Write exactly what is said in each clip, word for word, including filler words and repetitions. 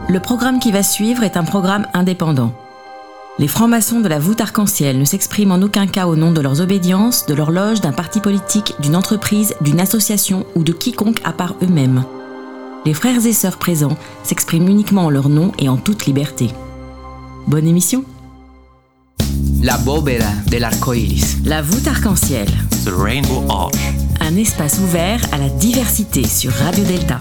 Le programme qui va suivre est un programme indépendant. Les francs-maçons de la voûte arc-en-ciel ne s'expriment en aucun cas au nom de leurs obédiences, de leur loge, d'un parti politique, d'une entreprise, d'une association ou de quiconque à part eux-mêmes. Les frères et sœurs présents s'expriment uniquement en leur nom et en toute liberté. Bonne émission. La bóveda del arco iris. La voûte arc-en-ciel. The Rainbow Arch. Un espace ouvert à la diversité sur Radio Delta.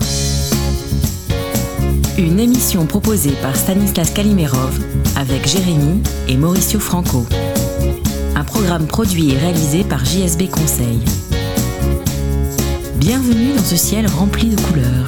Une émission proposée par Stanislas Kalimerov avec Jérémy et Mauricio Franco. Un programme produit et réalisé par J S B Conseil. Bienvenue dans ce ciel rempli de couleurs.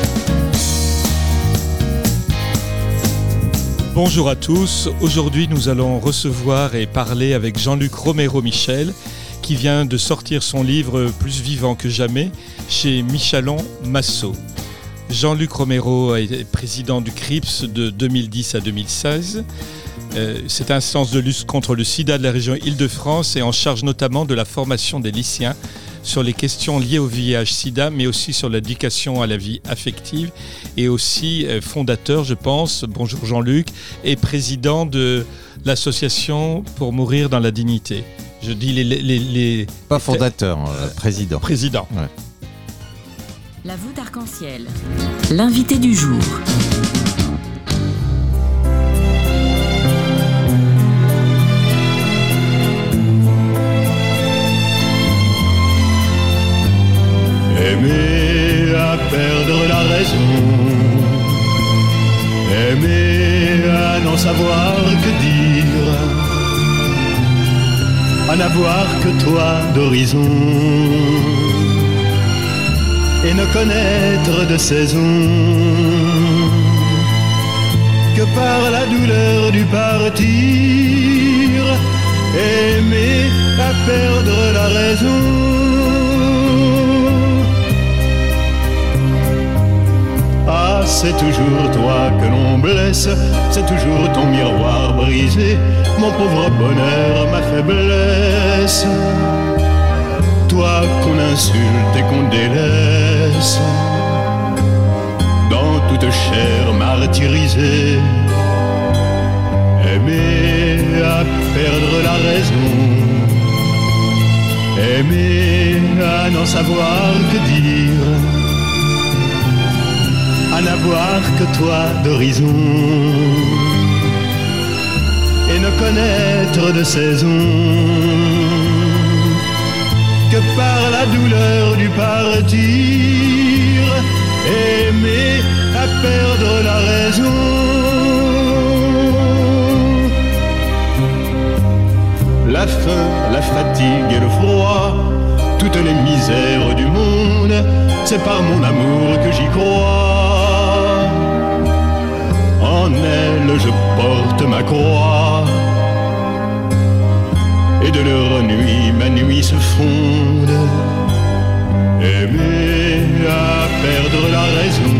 Bonjour à tous, aujourd'hui nous allons recevoir et parler avec Jean-Luc Romero-Michel qui vient de sortir son livre Plus vivant que jamais chez Michalon Massot. Jean-Luc Romero est président du C R I P S de deux mille dix à deux mille seize. Euh, cette instance de lutte contre le sida de la région Île-de-France est en charge notamment de la formation des lycéens sur les questions liées au V I H sida, mais aussi sur l'éducation à la vie affective, et aussi euh, fondateur, je pense, bonjour Jean-Luc, et président de l'association Pour mourir dans la dignité. Je dis les... les, les Pas fondateur, euh, président. Président. Ouais. La voûte arc-en-ciel. L'invité du jour. Aimer à perdre la raison, aimer à n'en savoir que dire, à n'avoir que toi d'horizon, et ne connaître de saison que par la douleur du partir, aimer à perdre la raison. Ah, c'est toujours toi que l'on blesse, c'est toujours ton miroir brisé, mon pauvre bonheur, ma faiblesse. Toi qu'on insulte et qu'on délaisse, dans toute chair martyrisée, aimer à perdre la raison, aimer à n'en savoir que dire, à n'avoir que toi d'horizon, et ne connaître de saison que par la douleur du partir, aimer à perdre la raison. La faim, la fatigue et le froid, toutes les misères du monde, c'est par mon amour que j'y crois. En elle je porte ma croix, et de leur nuit, ma nuit se fonde. Aimer à perdre la raison,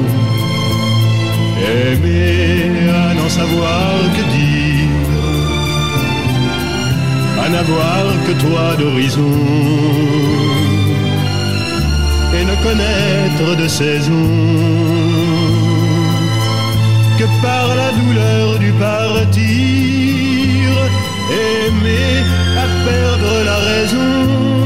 aimer à n'en savoir que dire, à n'avoir que toi d'horizon, et ne connaître de saison que par la douleur du partir, aimer à perdre la raison.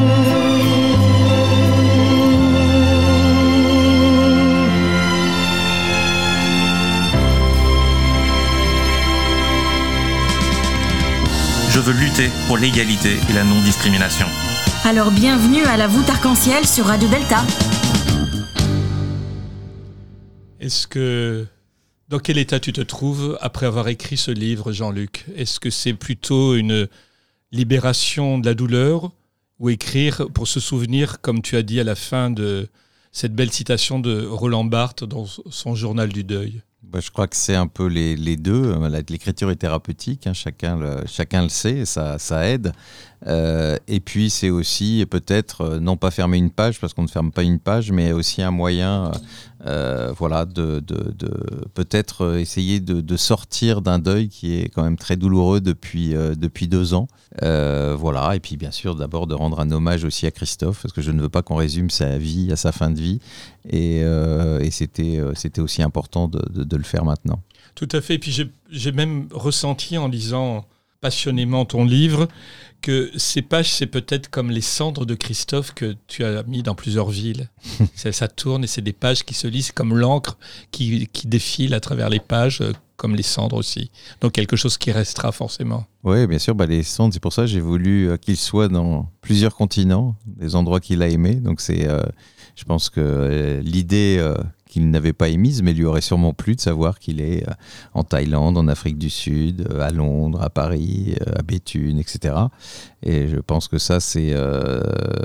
Je veux lutter pour l'égalité et la non-discrimination. Alors bienvenue à la voûte arc-en-ciel sur Radio Delta. Est-ce que... Dans quel état tu te trouves après avoir écrit ce livre, Jean-Luc ? Est-ce que c'est plutôt une libération de la douleur ou écrire pour se souvenir, comme tu as dit à la fin de cette belle citation de Roland Barthes dans son journal du deuil ? Bah, je crois que c'est un peu les, les deux. L'écriture est thérapeutique, hein, chacun, le, chacun le sait, ça, ça aide. Euh, et puis c'est aussi peut-être, non pas fermer une page, parce qu'on ne ferme pas une page, mais aussi un moyen Euh, voilà, de, de, de peut-être essayer de, de sortir d'un deuil qui est quand même très douloureux depuis, euh, depuis deux ans. Euh, voilà, et puis bien sûr d'abord de rendre un hommage aussi à Christophe, parce que je ne veux pas qu'on résume sa vie à sa fin de vie, et, euh, et c'était, c'était aussi important de, de, de le faire maintenant. Tout à fait, et puis j'ai, j'ai même ressenti en lisant passionnément ton livre que ces pages, c'est peut-être comme les cendres de Christophe que tu as mis dans plusieurs villes. ça, ça tourne et c'est des pages qui se lisent comme l'encre qui, qui défile à travers les pages, euh, comme les cendres aussi. Donc quelque chose qui restera forcément. Oui, bien sûr, bah, les cendres, c'est pour ça que j'ai voulu euh, qu'il soit dans plusieurs continents, des endroits qu'il a aimés. Donc c'est, euh, je pense que euh, l'idée... Euh, qu'il n'avait pas émise, mais lui aurait sûrement plu de savoir qu'il est en Thaïlande, en Afrique du Sud, à Londres, à Paris, à Béthune, et cetera. Et je pense que ça, c'est, euh,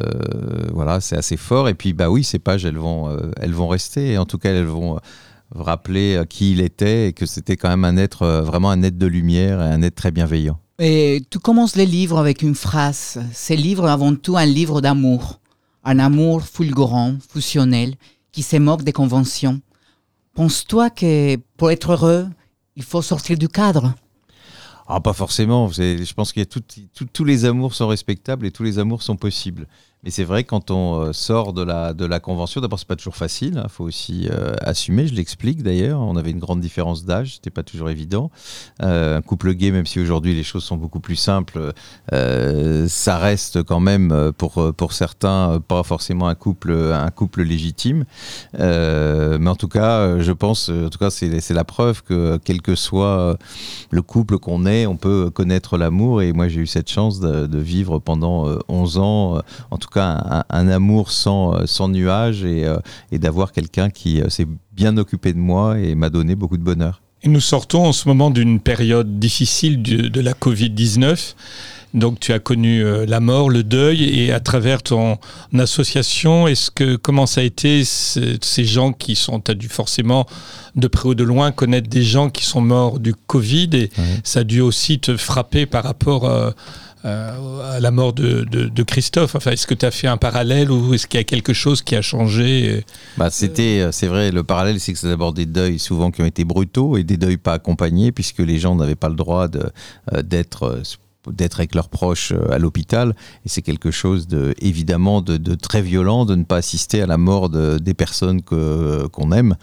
voilà, c'est assez fort. Et puis, bah oui, ces pages, elles vont, euh, elles vont rester. Et en tout cas, elles vont rappeler qui il était et que c'était quand même un être, vraiment un être de lumière et un être très bienveillant. Et tu commences les livres avec une phrase. Ces livres, avant tout, un livre d'amour. Un amour fulgurant, fusionnel, qui se moque des conventions. Penses-toi que pour être heureux, il faut sortir du cadre ? Ah, pas forcément. Je pense qu'il y a tout, tout, tous les amours sont respectables et tous les amours sont possibles. Mais c'est vrai, quand on sort de la, de la convention, d'abord, c'est pas toujours facile. Il hein, faut aussi euh, assumer. Je l'explique d'ailleurs. On avait une grande différence d'âge. C'était pas toujours évident. Euh, un couple gay, même si aujourd'hui les choses sont beaucoup plus simples, euh, ça reste quand même pour, pour certains pas forcément un couple, un couple légitime. Euh, mais en tout cas, je pense, en tout cas, c'est, c'est la preuve que quel que soit le couple qu'on est, on peut connaître l'amour. Et moi, j'ai eu cette chance de, de vivre pendant onze ans, en tout cas un, un amour sans, sans nuage et, euh, et d'avoir quelqu'un qui euh, s'est bien occupé de moi et m'a donné beaucoup de bonheur. Et nous sortons en ce moment d'une période difficile de, de la covid dix-neuf. Donc tu as connu euh, la mort, le deuil, et à travers ton association, est-ce que comment ça a été c- ces gens qui sont, tu as dû forcément de près ou de loin connaître des gens qui sont morts du Covid, et ouais. Ça a dû aussi te frapper par rapport euh, euh, à la mort de, de, de Christophe. Enfin, est-ce que tu as fait un parallèle ou est-ce qu'il y a quelque chose qui a changé ? Bah, c'était, c'est vrai, le parallèle, c'est que c'est d'abord des deuils souvent qui ont été brutaux et des deuils pas accompagnés, puisque les gens n'avaient pas le droit de, euh, d'être... Euh, d'être avec leurs proches à l'hôpital, et c'est quelque chose de, évidemment de, de très violent de ne pas assister à la mort de, des personnes que, qu'on aime,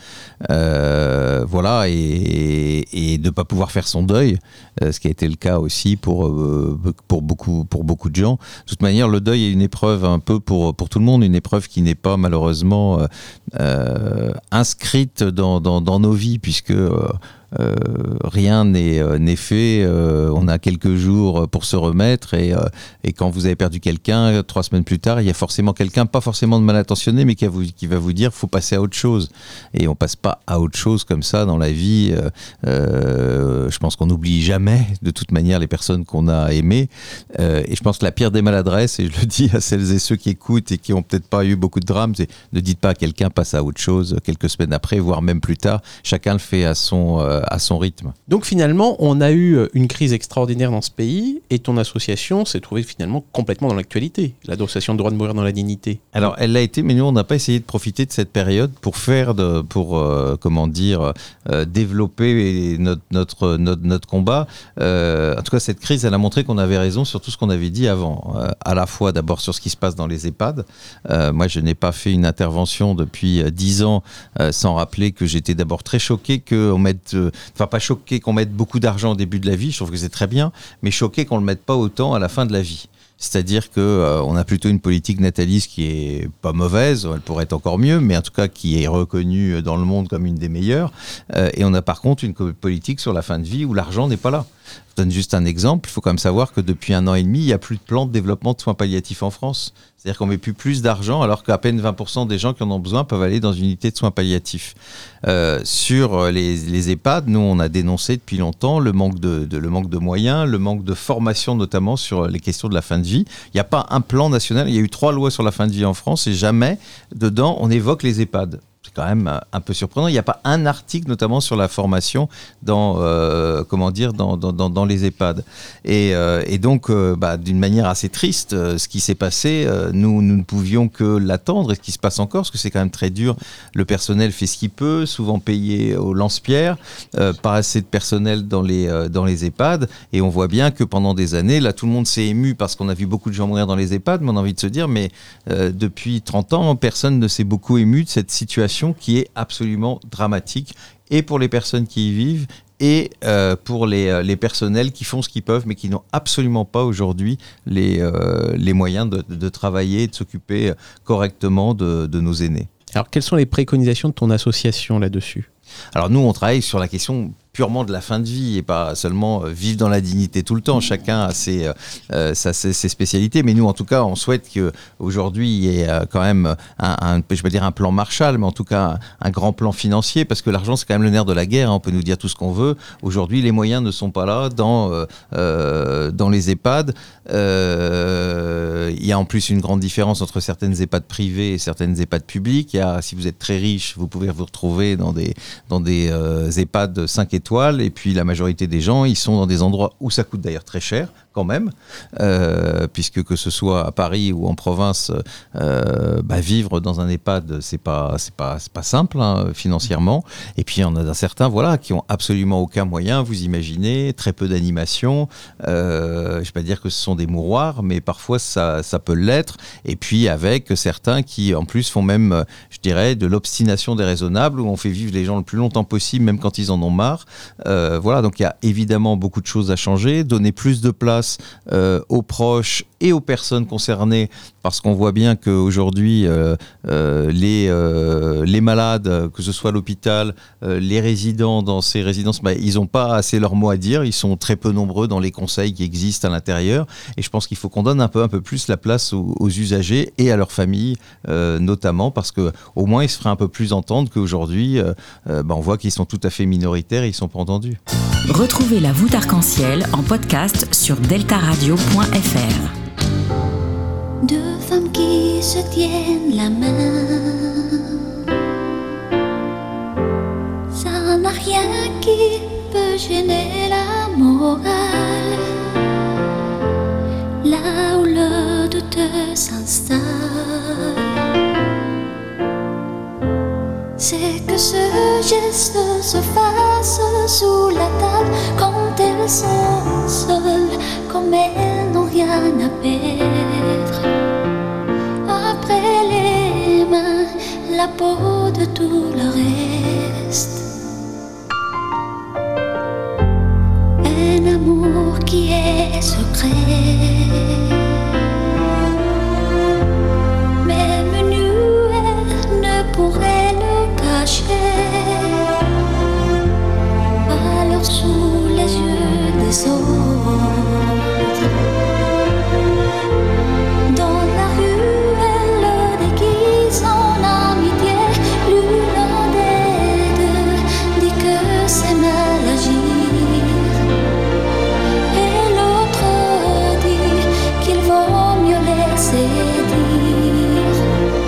euh, voilà, et, et de ne pas pouvoir faire son deuil, euh, ce qui a été le cas aussi pour, euh, pour, beaucoup, pour beaucoup de gens. De toute manière, le deuil est une épreuve un peu pour, pour tout le monde, une épreuve qui n'est pas malheureusement euh, inscrite dans, dans, dans nos vies, puisque euh, Euh, rien n'est, euh, n'est fait, euh, on a quelques jours pour se remettre, et, euh, et quand vous avez perdu quelqu'un, trois semaines plus tard, il y a forcément quelqu'un, pas forcément de mal intentionné, mais qui, a vous, qui va vous dire faut passer à autre chose, et on passe pas à autre chose comme ça dans la vie. euh, euh, je pense qu'on n'oublie jamais de toute manière les personnes qu'on a aimées, euh, et je pense que la pire des maladresses, et je le dis à celles et ceux qui écoutent et qui ont peut-être pas eu beaucoup de drames, c'est ne dites pas à quelqu'un passe à autre chose quelques semaines après, voire même plus tard. Chacun le fait à son euh, à son rythme. Donc finalement, on a eu une crise extraordinaire dans ce pays, et ton association s'est trouvée finalement complètement dans l'actualité, l'association de droit de mourir dans la dignité. Alors elle l'a été, mais nous on n'a pas essayé de profiter de cette période pour faire, de, pour euh, comment dire, euh, développer notre notre notre, notre combat. Euh, en tout cas, cette crise, elle a montré qu'on avait raison sur tout ce qu'on avait dit avant. Euh, à la fois d'abord sur ce qui se passe dans les EHPAD. Euh, moi, je n'ai pas fait une intervention depuis dix ans euh, sans rappeler que j'étais d'abord très choqué qu'on mette euh, Enfin, pas choqué qu'on mette beaucoup d'argent au début de la vie, je trouve que c'est très bien, mais choqué qu'on ne le mette pas autant à la fin de la vie. C'est-à-dire qu'on euh, a plutôt une politique nataliste qui est pas mauvaise, elle pourrait être encore mieux, mais en tout cas qui est reconnue dans le monde comme une des meilleures. Euh, et on a par contre une politique sur la fin de vie où l'argent n'est pas là. Je donne juste un exemple, il faut quand même savoir que depuis un an et demi, il n'y a plus de plan de développement de soins palliatifs en France. C'est-à-dire qu'on ne met plus plus d'argent, alors qu'à peine vingt pour cent des gens qui en ont besoin peuvent aller dans une unité de soins palliatifs. Euh, sur les, les EHPAD, nous, on a dénoncé depuis longtemps le manque de, de, le manque de moyens, le manque de formation, notamment sur les questions de la fin de vie. Il n'y a pas un plan national, il y a eu trois lois sur la fin de vie en France, et jamais, dedans, on évoque les EHPAD. C'est quand même un peu surprenant. Il n'y a pas un article, notamment sur la formation dans, euh, comment dire, dans, dans, dans, dans les EHPAD. Et, euh, et donc, euh, bah, d'une manière assez triste, euh, ce qui s'est passé, euh, nous, nous ne pouvions que l'attendre, et ce qui se passe encore, parce que c'est quand même très dur. Le personnel fait ce qu'il peut, souvent payé au lance-pierre, euh, pas assez de personnel dans les, euh, dans les EHPAD. Et on voit bien que pendant des années, là, tout le monde s'est ému parce qu'on a vu beaucoup de gens mourir dans les EHPAD, mais on a envie de se dire, mais euh, depuis trente ans, personne ne s'est beaucoup ému de cette situation qui est absolument dramatique, et pour les personnes qui y vivent, et euh, pour les, les personnels qui font ce qu'ils peuvent, mais qui n'ont absolument pas aujourd'hui les, euh, les moyens de, de travailler et de s'occuper correctement de, de nos aînés. Alors, quelles sont les préconisations de ton association là-dessus ? Alors nous, on travaille sur la question purement de la fin de vie et pas seulement euh, vivre dans la dignité tout le temps. Chacun a ses, euh, sa, ses, ses spécialités, mais nous, en tout cas, on souhaite qu'aujourd'hui, il y ait euh, quand même un, un, je vais dire un plan Marshall, mais en tout cas un, un grand plan financier, parce que l'argent, c'est quand même le nerf de la guerre. Hein. On peut nous dire tout ce qu'on veut. Aujourd'hui, les moyens ne sont pas là dans, euh, euh, dans les EHPAD. Euh, il y a en plus une grande différence entre certaines EHPAD privées et certaines EHPAD publiques. Il y a, si vous êtes très riche, vous pouvez vous retrouver dans des, dans des euh, EHPAD cinq étoiles, et puis la majorité des gens, ils sont dans des endroits où ça coûte d'ailleurs très cher, quand même, euh, puisque que ce soit à Paris ou en province, euh, bah, vivre dans un EHPAD, c'est pas, c'est pas, c'est pas simple hein, financièrement. Et puis il y en a certains, voilà, qui ont absolument aucun moyen. Vous imaginez, très peu d'animation. Euh, je vais pas dire que ce sont des mouroirs, mais parfois ça, ça peut l'être. Et puis avec certains qui, en plus, font même, je dirais, de l'obstination déraisonnable, où on fait vivre les gens le plus longtemps possible, même quand ils en ont marre. Euh, voilà, donc il y a évidemment beaucoup de choses à changer. Donner plus de place Euh, aux proches et aux personnes concernées, parce qu'on voit bien qu'aujourd'hui euh, euh, les, euh, les malades, que ce soit à l'hôpital, euh, les résidents dans ces résidences, bah, ils n'ont pas assez leur mot à dire, ils sont très peu nombreux dans les conseils qui existent à l'intérieur, et je pense qu'il faut qu'on donne un peu, un peu plus la place aux, aux usagers et à leurs familles euh, notamment, parce qu'au moins ils se feraient un peu plus entendre qu'aujourd'hui euh, euh, bah, on voit qu'ils sont tout à fait minoritaires et ils ne sont pas entendus. Retrouvez la voûte arc-en-ciel en podcast sur delta radio point f r. Deux femmes qui se tiennent la main, ça n'a rien qui peut gêner la morale. Là où le doute s'installe, c'est que ce geste se fasse sous la table quand elles sont seules, comme elles n'ont rien à perdre. Après les mains, la peau de tout le reste. Un amour qui est secret, même nu, elle ne pourrait le cacher. Alors sous les yeux des autres, dans la rue, elle le déguise en amitié. L'une des deux dit que c'est mal agir, et l'autre dit qu'il vaut mieux laisser dire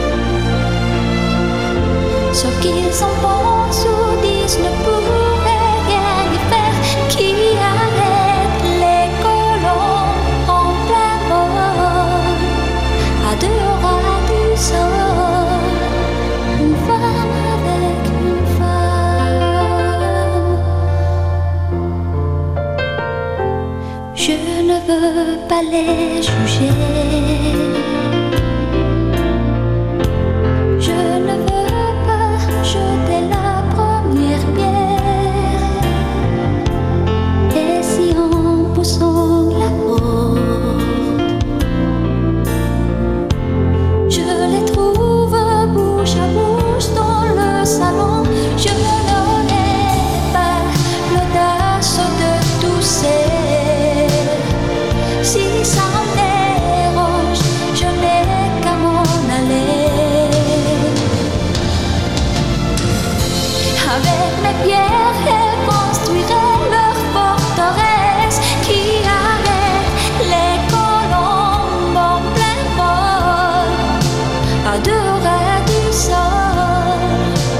ce qu'ils en pensent ou disent ne pourrait rien y faire. Qui arrête les colons en plein vol, à deux ras du sol, une femme avec une femme. Je ne veux pas les juger, je ne veux pas jeter la première pierre. Et si en poussant la porte, je les trouve bouche à bouche dans le salon, je n'aurai pas l'audace de tousser. Si ça me dérange, je n'ai qu'à m'en aller. Avec mes pierres, elles construiraient leur forteresse qui arrête les colombes en plein vol, à deux ras du sol,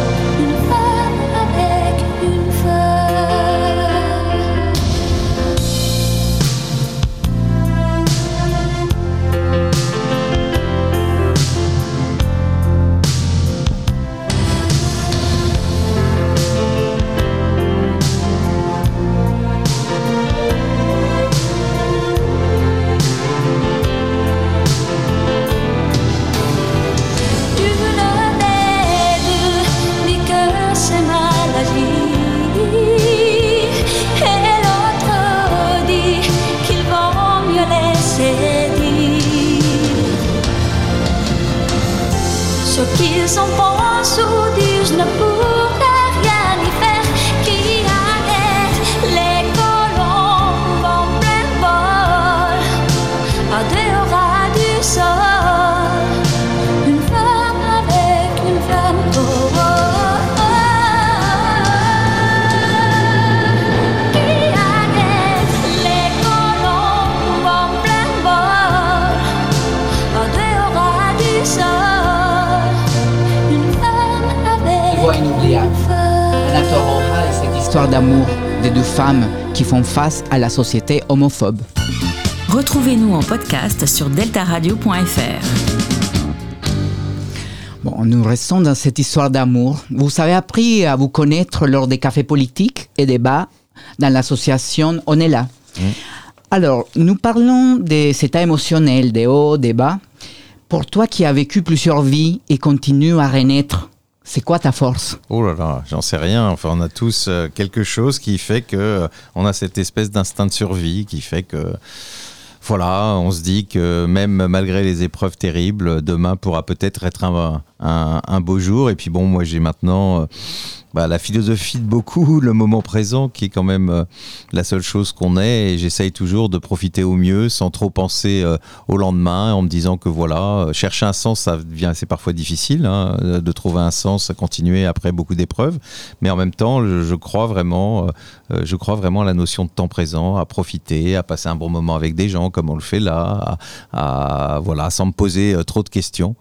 inoubliable. Anatole Roja et cette histoire d'amour des deux femmes qui font face à la société homophobe. Retrouvez-nous en podcast sur delta radio point f r. Bon, nous restons dans cette histoire d'amour. Vous avez appris à vous connaître lors des cafés politiques et débats dans l'association On est là. Mmh. Alors, nous parlons de cet état émotionnel, des hauts, des bas. Pour toi qui as vécu plusieurs vies et continue à renaître, c'est quoi ta force ? Oh là là, j'en sais rien. Enfin, on a tous euh, quelque chose qui fait que euh, on a cette espèce d'instinct de survie qui fait que, voilà, on se dit que même malgré les épreuves terribles, demain pourra peut-être être un, un, un beau jour. Et puis bon, moi j'ai maintenant... Euh, Bah, la philosophie de beaucoup, le moment présent, qui est quand même euh, la seule chose qu'on ait. Et j'essaye toujours de profiter au mieux, sans trop penser euh, au lendemain, en me disant que voilà, euh, chercher un sens, ça devient, c'est parfois difficile, hein, de trouver un sens à continuer après beaucoup d'épreuves. Mais en même temps, je, je crois vraiment, euh, je crois vraiment à la notion de temps présent, à profiter, à passer un bon moment avec des gens, comme on le fait là, à, à voilà, sans me poser euh, trop de questions.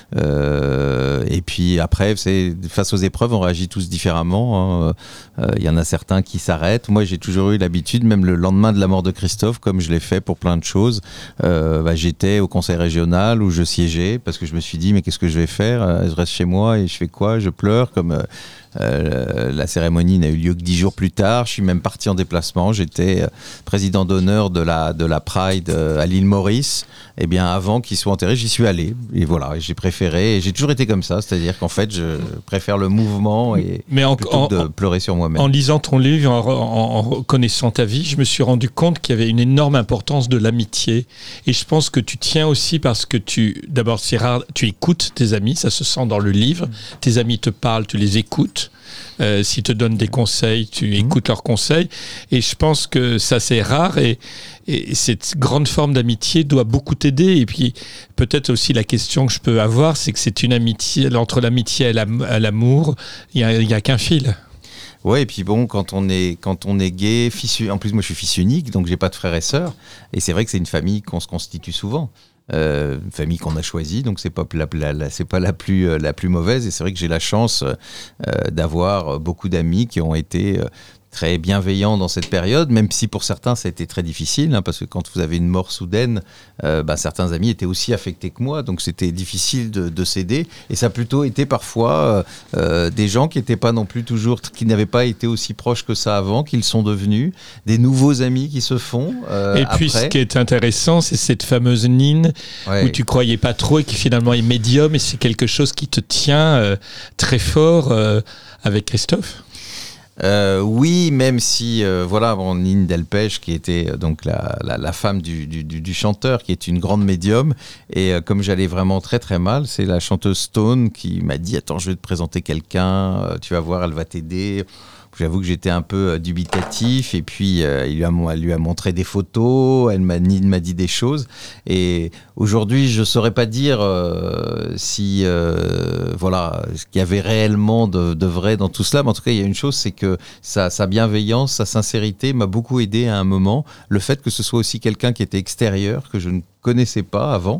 Euh, et puis après, c'est face aux épreuves, on réagit tous différemment. Différemment, il euh, y en a certains qui s'arrêtent. Moi, j'ai toujours eu l'habitude, même le lendemain de la mort de Christophe, comme je l'ai fait pour plein de choses, euh, bah, j'étais au conseil régional où je siégeais parce que je me suis dit, mais qu'est-ce que je vais faire ? Je reste chez moi et je fais quoi ? Je pleure comme... Euh, Euh, la cérémonie n'a eu lieu que dix jours plus tard. Je suis même parti en déplacement. J'étais euh, président d'honneur de la, de la Pride euh, à l'île Maurice. Et bien, avant qu'il soit enterré, j'y suis allé. Et voilà, j'ai préféré. Et j'ai toujours été comme ça. C'est-à-dire qu'en fait, je préfère le mouvement et Mais en, plutôt en, que de pleurer sur moi-même. En lisant ton livre, en, en, en connaissant ta vie, je me suis rendu compte qu'il y avait une énorme importance de l'amitié. Et je pense que tu tiens aussi parce que tu, d'abord, c'est rare, tu écoutes tes amis. Ça se sent dans le livre. Tes amis te parlent, tu les écoutes. Euh, s'ils te donnent des conseils, tu mmh. écoutes leurs conseils. Et je pense que ça, c'est rare. Et, et cette grande forme d'amitié doit beaucoup t'aider. Et puis, peut-être aussi la question que je peux avoir, c'est que c'est une amitié, entre l'amitié et l'amour, il n'y a, a qu'un fil. Ouais, et puis bon, quand on est, quand on est gay, fils, en plus moi je suis fils unique, donc j'ai pas de frères et sœurs. Et c'est vrai que c'est une famille qu'on se constitue souvent. Euh, une famille qu'on a choisie, donc c'est pas la, la, la, c'est pas la plus euh, la plus mauvaise. Et c'est vrai que j'ai la chance euh, d'avoir beaucoup d'amis qui ont été euh, très bienveillants dans cette période, même si pour certains ça a été très difficile, hein, parce que quand vous avez une mort soudaine, euh, bah, certains amis étaient aussi affectés que moi, donc c'était difficile de, de s'aider. Et ça a plutôt été parfois euh, des gens qui n'étaient pas non plus toujours, qui n'avaient pas été aussi proches que ça avant, qu'ils sont devenus, des nouveaux amis qui se font. Euh, et puis après. Ce qui est intéressant, c'est cette fameuse Nine, ouais. où tu croyais pas trop et qui finalement est médium, et c'est quelque chose qui te tient euh, très fort euh, avec Christophe. Euh, oui, même si euh, voilà, bon, Nine Delpech qui était euh, donc la, la, la femme du, du, du chanteur, qui est une grande médium, et euh, comme j'allais vraiment très très mal, c'est la chanteuse Stone qui m'a dit attends, je vais te présenter quelqu'un, euh, tu vas voir, elle va t'aider. J'avoue que j'étais un peu euh, dubitatif, et puis euh, il lui a, elle lui a montré des photos, elle m'a, Nine m'a dit des choses, et aujourd'hui je saurais pas dire euh, si euh, voilà ce qu'il y avait réellement de, de vrai dans tout cela, mais en tout cas il y a une chose, c'est que sa, sa bienveillance, sa sincérité m'a beaucoup aidé à un moment. Le fait que ce soit aussi quelqu'un qui était extérieur, que je ne connaissais pas avant,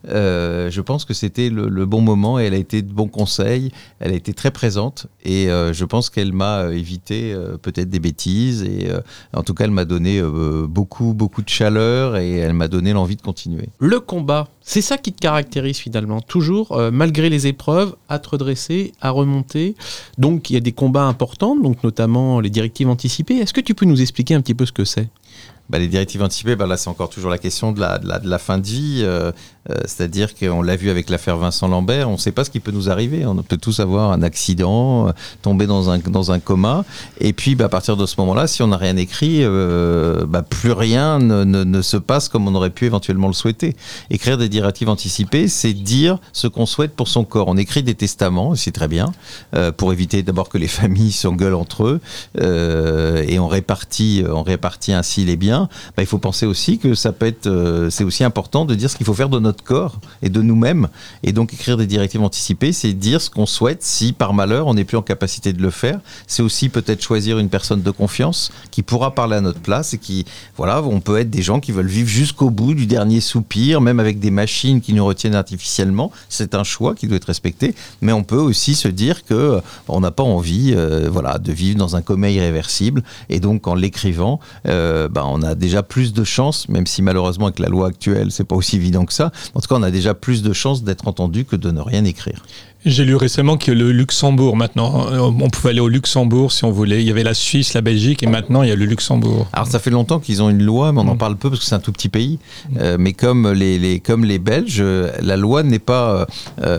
euh, je pense que c'était le, le bon moment, et elle a été de bons conseils, elle a été très présente, et euh, je pense qu'elle m'a évité euh, peut-être des bêtises, et euh, en tout cas elle m'a donné euh, beaucoup beaucoup de chaleur, et elle m'a donné l'envie de continuer. Le combat, c'est ça qui te caractérise finalement, toujours euh, malgré les épreuves, à te redresser, à remonter. Donc il y a des combats importants, donc notamment les directives anticipées. Est-ce que tu peux nous expliquer un petit peu ce que c'est ? Bah, les directives anticipées, bah, là c'est encore toujours la question de la, de la, de la fin de vie, euh, euh, c'est-à-dire qu'on l'a vu avec l'affaire Vincent Lambert, on ne sait pas ce qui peut nous arriver, on peut tous avoir un accident, euh, tomber dans un, dans un coma, et puis bah, à partir de ce moment-là, si on n'a rien écrit, euh, bah, plus rien ne, ne, ne se passe comme on aurait pu éventuellement le souhaiter. Écrire des directives anticipées, c'est dire ce qu'on souhaite pour son corps. On écrit des testaments, c'est très bien, euh, pour éviter d'abord que les familles s'engueulent entre eux, euh, et on répartit, on répartit ainsi les biens. bien, bah, il faut penser aussi que ça peut être, euh, c'est aussi important de dire ce qu'il faut faire de notre corps et de nous-mêmes. Et donc écrire des directives anticipées, c'est dire ce qu'on souhaite si par malheur on n'est plus en capacité de le faire. C'est aussi peut-être choisir une personne de confiance qui pourra parler à notre place et qui, voilà, on peut être des gens qui veulent vivre jusqu'au bout du dernier soupir, même avec des machines qui nous retiennent artificiellement. C'est un choix qui doit être respecté, mais on peut aussi se dire que on n'a pas envie, euh, voilà, de vivre dans un coma irréversible. Et donc en l'écrivant, euh, bah, on a déjà plus de chances, même si malheureusement avec la loi actuelle, c'est pas aussi évident que ça. En tout cas, on a déjà plus de chances d'être entendu que de ne rien écrire. J'ai lu récemment que le Luxembourg, maintenant, on pouvait aller au Luxembourg si on voulait. Il y avait la Suisse, la Belgique, et maintenant il y a le Luxembourg. Alors ça fait longtemps qu'ils ont une loi, mais on en mmh. parle peu parce que c'est un tout petit pays. Mmh. Euh, mais comme les, les, comme les Belges, la loi n'est pas,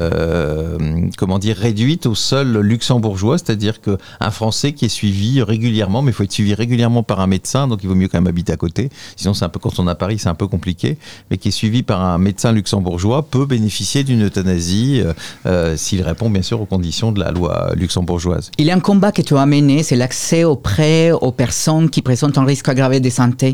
euh, comment dire, réduite au seul luxembourgeois, c'est-à-dire qu'un Français qui est suivi régulièrement, mais il faut être suivi régulièrement par un médecin, donc il vaut mieux quand même habiter à côté. Sinon, c'est un peu, quand on est à Paris, c'est un peu compliqué. Mais qui est suivi par un médecin luxembourgeois peut bénéficier d'une euthanasie euh, s'il répond bien sûr aux conditions de la loi luxembourgeoise. Il y a un combat que tu as mené, c'est l'accès aux prêts aux personnes qui présentent un risque aggravé de santé.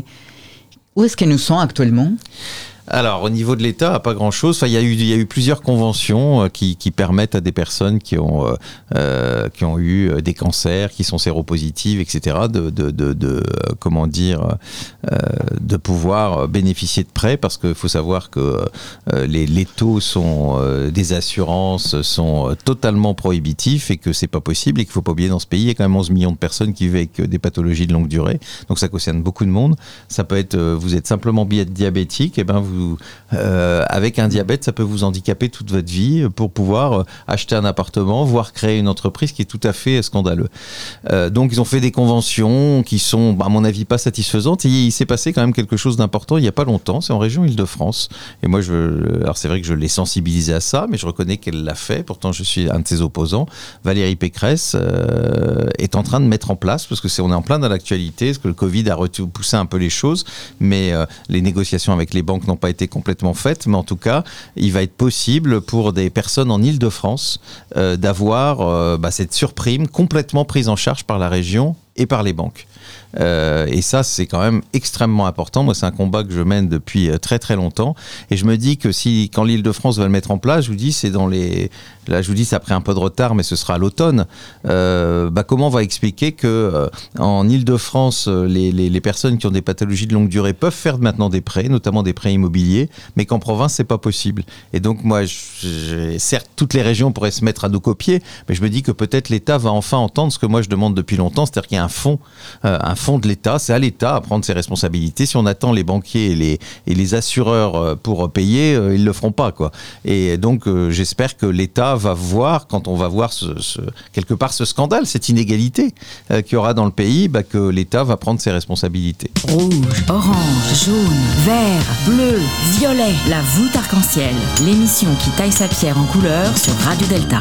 Où est-ce que nous sommes actuellement ? Alors, au niveau de l'État, pas grand-chose. Enfin, il y a eu, il y a eu plusieurs conventions euh, qui, qui permettent à des personnes qui ont, euh, qui ont eu des cancers, qui sont séropositives, et cetera, de, de, de, de euh, comment dire, euh, de pouvoir bénéficier de prêts, parce qu'il faut savoir que euh, les, les taux sont, euh, des assurances sont totalement prohibitifs et que c'est pas possible et qu'il faut pas oublier dans ce pays, il y a quand même onze millions de personnes qui vivent avec des pathologies de longue durée. Donc, ça concerne beaucoup de monde. Ça peut être, euh, vous êtes simplement diabétique, et ben vous Vous, euh, avec un diabète, ça peut vous handicaper toute votre vie pour pouvoir euh, acheter un appartement, voire créer une entreprise, qui est tout à fait scandaleux. Euh, donc ils ont fait des conventions qui sont, à mon avis, pas satisfaisantes. Et il s'est passé quand même quelque chose d'important il n'y a pas longtemps, c'est en région Île-de-France. Et moi, je, alors c'est vrai que je l'ai sensibilisée à ça, mais je reconnais qu'elle l'a fait. Pourtant, je suis un de ses opposants. Valérie Pécresse euh, est en train de mettre en place, parce que c'est, on est en plein dans l'actualité, parce que le Covid a repoussé un peu les choses, mais euh, les négociations avec les banques n'ont pas été complètement faites, mais en tout cas, il va être possible pour des personnes en Île-de-France euh, d'avoir euh, bah, cette surprime complètement prise en charge par la région et par les banques. Euh, et ça, c'est quand même extrêmement important. Moi, c'est un combat que je mène depuis très très longtemps. Et je me dis que si, quand l'Île-de-France va le mettre en place, je vous dis, c'est dans les... Là, je vous dis, ça a pris un peu de retard, mais ce sera à l'automne. Euh, bah, comment on va expliquer que euh, en Île-de-France, les, les, les personnes qui ont des pathologies de longue durée peuvent faire maintenant des prêts, notamment des prêts immobiliers, mais qu'en province, c'est pas possible. Et donc, moi, je, je, certes, toutes les régions pourraient se mettre à nous copier, mais je me dis que peut-être l'État va enfin entendre ce que moi je demande depuis longtemps, c'est-à-dire qu'il y a un fonds, euh, un fonds de l'État. C'est à l'État à prendre ses responsabilités. Si on attend les banquiers et les, et les assureurs pour payer, euh, ils le feront pas, quoi. Et donc, euh, j'espère que l'État va voir, quand on va voir ce, ce, quelque part ce scandale, cette inégalité euh, qu'il y aura dans le pays, bah, que l'État va prendre ses responsabilités. Rouge, orange, jaune, vert, bleu, violet, la voûte arc-en-ciel, l'émission qui taille sa pierre en couleurs sur Radio Delta.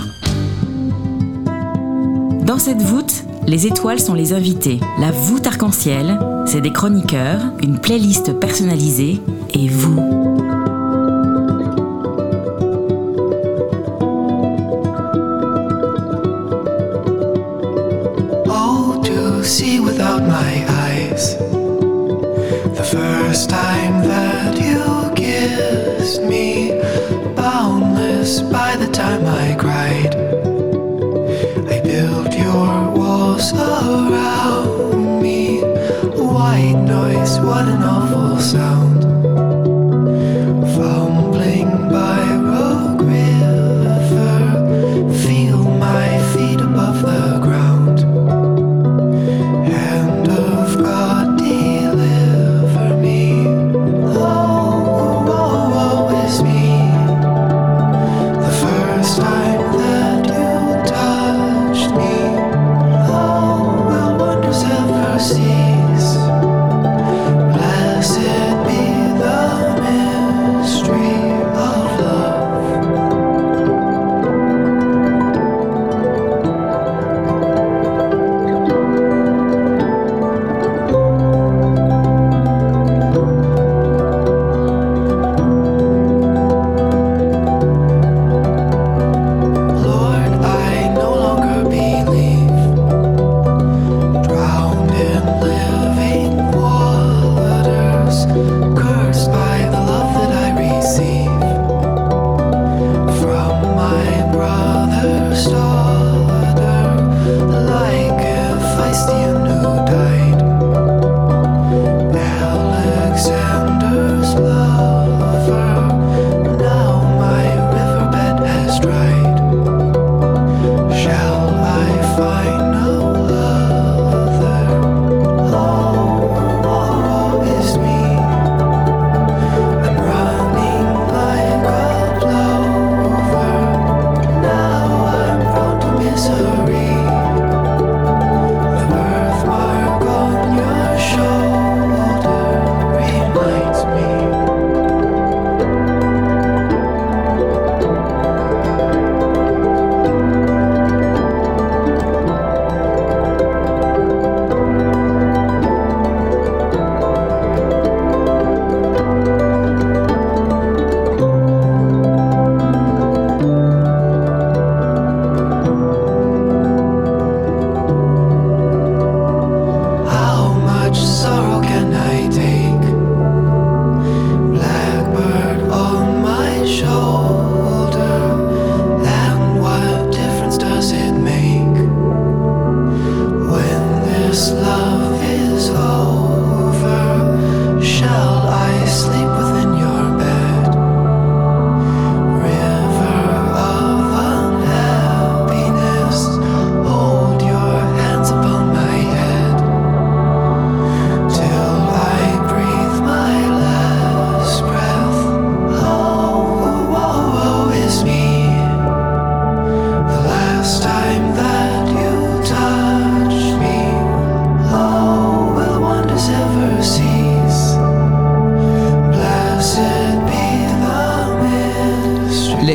Dans cette voûte, les étoiles sont les invités. La voûte arc-en-ciel, c'est des chroniqueurs, une playlist personnalisée et vous. Oh, to see without my eyes, the first time that you kissed me, boundless by the time I cried. I built your walls around me. White noise, what an awful sound. Fumbling by Rogue River, feel my feet above the ground. Hand of God, deliver me. Oh, oh, oh, is me. The first time that you touched me. Oh, well, wonders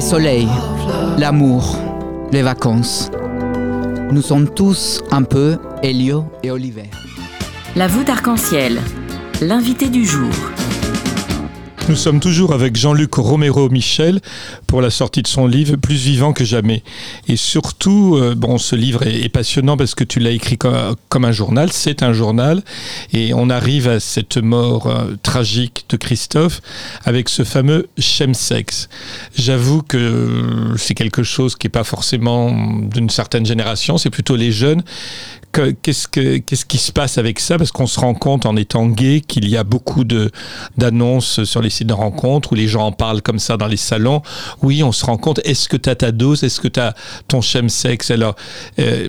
soleil, l'amour, les vacances. Nous sommes tous un peu Elio et Oliver. La voûte arc-en-ciel, l'invité du jour. Nous sommes toujours avec Jean-Luc Romero Michel pour la sortie de son livre Plus vivant que jamais. Et surtout, euh, bon, ce livre est, est passionnant parce que tu l'as écrit comme, comme un journal, c'est un journal, et on arrive à cette mort euh, tragique de Christophe avec ce fameux chemsex. J'avoue que c'est quelque chose qui n'est pas forcément d'une certaine génération, c'est plutôt les jeunes. Que, qu'est-ce, que, qu'est-ce qui se passe avec ça? Parce qu'on se rend compte en étant gay qu'il y a beaucoup de, d'annonces sur les sites de rencontres où les gens en parlent comme ça dans les salons. Oui, on se rend compte. Est-ce que tu as ta dose? Est-ce que tu as ton chemsex? Alors, euh,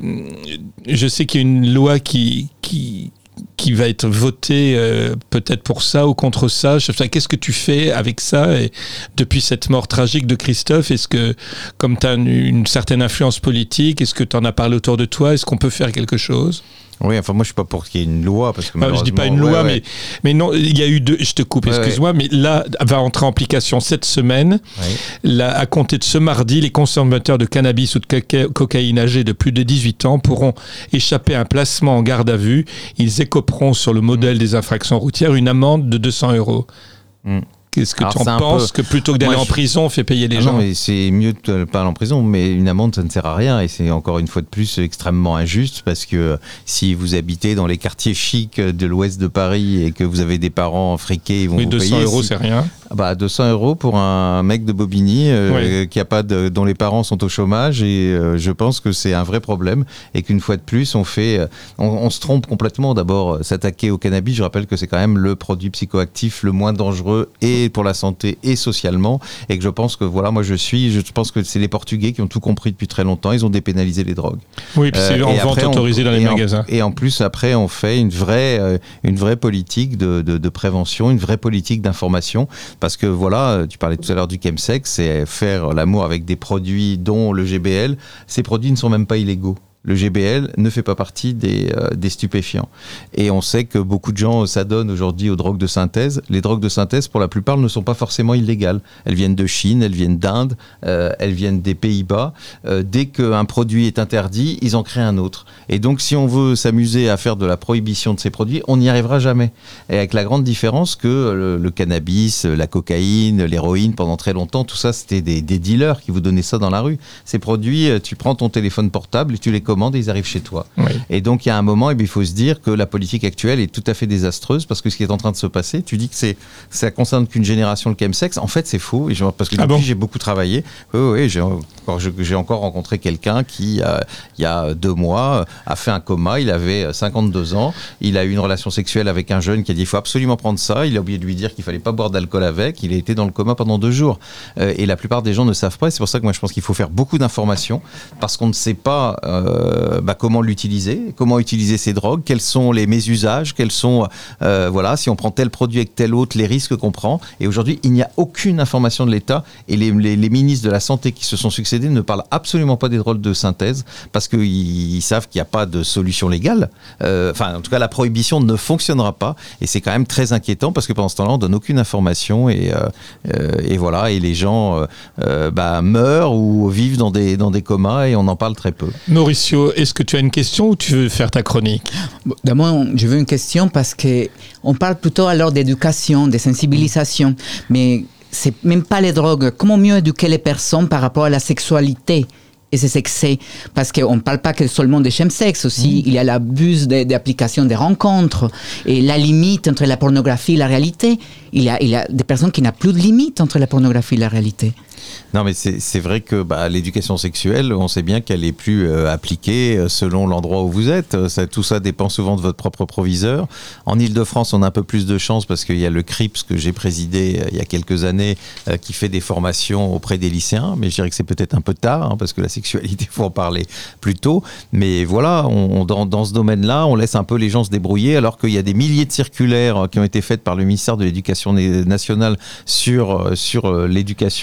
je sais qu'il y a une loi qui... qui qui va être votée euh, peut-être pour ça ou contre ça. Qu'est-ce que tu fais avec ça et depuis cette mort tragique de Christophe? Est-ce que, comme tu as une, une certaine influence politique, est-ce que tu en as parlé autour de toi? Est-ce qu'on peut faire quelque chose? Oui, enfin moi je suis pas pour qu'il y ait une loi parce que ah, je dis pas une loi, ouais, mais mais non, il y a eu deux. Je te coupe, excuse-moi, ouais, ouais. mais là va entrer en application cette semaine. Ouais. Là, à compter de ce mardi, les consommateurs de cannabis ou de coca- cocaïne âgés de plus de dix-huit ans pourront échapper à un placement en garde à vue. Ils écoperont sur le modèle mmh. des infractions routières une amende de deux cents euros. Mmh. Qu'est-ce que tu en penses peu... que plutôt que d'aller Moi, en prison, on fait payer les ah gens? Non, mais c'est mieux de pas aller en prison, mais une amende, ça ne sert à rien. Et c'est encore une fois de plus extrêmement injuste parce que si vous habitez dans les quartiers chics de l'ouest de Paris et que vous avez des parents friqués, ils vont oui, vous deux cents payer. euros, si... c'est rien. Bah, deux cents euros pour un mec de Bobigny euh, oui. qui a pas de, dont les parents sont au chômage et euh, je pense que c'est un vrai problème et qu'une fois de plus on fait on, on se trompe complètement. D'abord s'attaquer au cannabis, je rappelle que c'est quand même le produit psychoactif le moins dangereux et pour la santé et socialement et que je pense que voilà moi je suis je pense que c'est les Portugais qui ont tout compris depuis très longtemps, ils ont dépénalisé les drogues. Oui, puis c'est euh, en vente autorisée dans les et magasins. En, et en plus après on fait une vraie euh, une vraie politique de, de, de prévention, une vraie politique d'information parce que voilà tu parlais tout à l'heure du chemsex, c'est faire l'amour avec des produits dont le G B L. Ces produits ne sont même pas illégaux. Le G B L ne fait pas partie des, euh, des stupéfiants. Et on sait que beaucoup de gens s'adonnent aujourd'hui aux drogues de synthèse. Les drogues de synthèse, pour la plupart, ne sont pas forcément illégales. Elles viennent de Chine, elles viennent d'Inde, euh, elles viennent des Pays-Bas. Euh, dès qu'un produit est interdit, ils en créent un autre. Et donc, si on veut s'amuser à faire de la prohibition de ces produits, on n'y arrivera jamais. Et avec la grande différence que le, le cannabis, la cocaïne, l'héroïne, pendant très longtemps, tout ça, c'était des, des dealers qui vous donnaient ça dans la rue. Ces produits, tu prends ton téléphone portable et tu les commandes et ils arrivent chez toi. Oui. Et donc il y a un moment, eh bien, il faut se dire que la politique actuelle est tout à fait désastreuse parce que ce qui est en train de se passer, tu dis que c'est, ça concerne qu'une génération le chemsex, en fait c'est faux, et je, parce que depuis ah bon j'ai beaucoup travaillé, oui, oui, j'ai, encore, j'ai encore rencontré quelqu'un qui, euh, il y a deux mois, a fait un coma, il avait cinquante-deux ans, il a eu une relation sexuelle avec un jeune qui a dit il faut absolument prendre ça, il a oublié de lui dire qu'il fallait pas boire d'alcool avec, il a été dans le coma pendant deux jours. Euh, et la plupart des gens ne savent pas, et c'est pour ça que moi je pense qu'il faut faire beaucoup d'informations, parce qu'on ne sait pas euh, bah, comment l'utiliser, comment utiliser ces drogues, quels sont les mésusages, quels sont, euh, voilà, si on prend tel produit avec tel autre, les risques qu'on prend. Et aujourd'hui, il n'y a aucune information de l'État, et les, les, les ministres de la Santé qui se sont succédés ne parlent absolument pas des drogues de synthèse, parce qu'ils ils savent qu'il n'y a pas de solution légale. Euh, enfin, en tout cas, la prohibition ne fonctionnera pas, et c'est quand même très inquiétant, parce que pendant ce temps-là, on donne aucune information, et, euh, euh, et voilà, et les gens euh, euh, bah, meurent ou vivent dans des, dans des comas, et on en parle très peu. Mauricio, est-ce que tu as une question ou tu veux faire ta chronique? D'abord, je veux une question parce qu'on parle plutôt alors d'éducation, de sensibilisation, mais c'est même pas les drogues. Comment mieux éduquer les personnes par rapport à la sexualité et ses excès? Parce qu'on ne parle pas que seulement des chemsex aussi, mmh. il y a l'abus d'application des rencontres et la limite entre la pornographie et la réalité. Il y a, il y a des personnes qui n'ont plus de limite entre la pornographie et la réalité. Non, mais c'est, c'est vrai que bah, l'éducation sexuelle, on sait bien qu'elle est plus euh, appliquée selon l'endroit où vous êtes. Ça, tout ça dépend souvent de votre propre proviseur. En Ile-de-France, on a un peu plus de chance parce qu'il y a le C R I P S que j'ai présidé euh, il y a quelques années euh, qui fait des formations auprès des lycéens. Mais je dirais que c'est peut-être un peu tard hein, parce que la sexualité, il faut en parler plus tôt. Mais voilà, on, dans, dans ce domaine-là, on laisse un peu les gens se débrouiller alors qu'il y a des milliers de circulaires qui ont été faites par le ministère de l'Éducation nationale sur, sur l'éducation sexuelle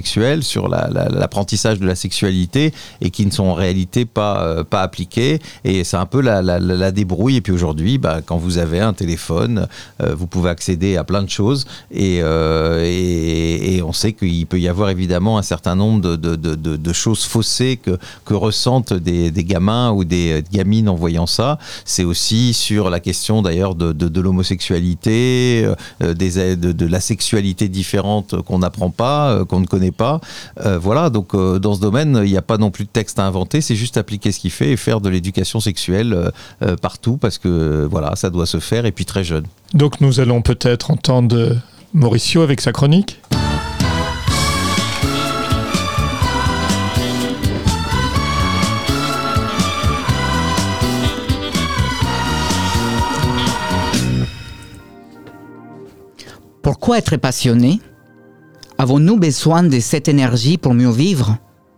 sexuelle, sur la, la, l'apprentissage de la sexualité, et qui ne sont en réalité pas, euh, pas appliquées. Et c'est un peu la, la, la débrouille. Et puis aujourd'hui, bah, quand vous avez un téléphone, euh, vous pouvez accéder à plein de choses. Et, euh, et, et on sait qu'il peut y avoir évidemment un certain nombre de, de, de, de, de choses faussées que, que ressentent des, des gamins ou des gamines en voyant ça. C'est aussi sur la question d'ailleurs de, de, de l'homosexualité, euh, des, de, de la sexualité différente qu'on n'apprend pas, euh, qu'on ne connaît pas. Euh, voilà, donc euh, dans ce domaine, il n'y a pas non plus de texte à inventer, c'est juste appliquer ce qu'il fait et faire de l'éducation sexuelle euh, euh, partout, parce que voilà, ça doit se faire, et puis très jeune. Donc nous allons peut-être entendre Mauricio avec sa chronique. Pourquoi être passionné? Avons-nous besoin de cette énergie pour mieux vivre?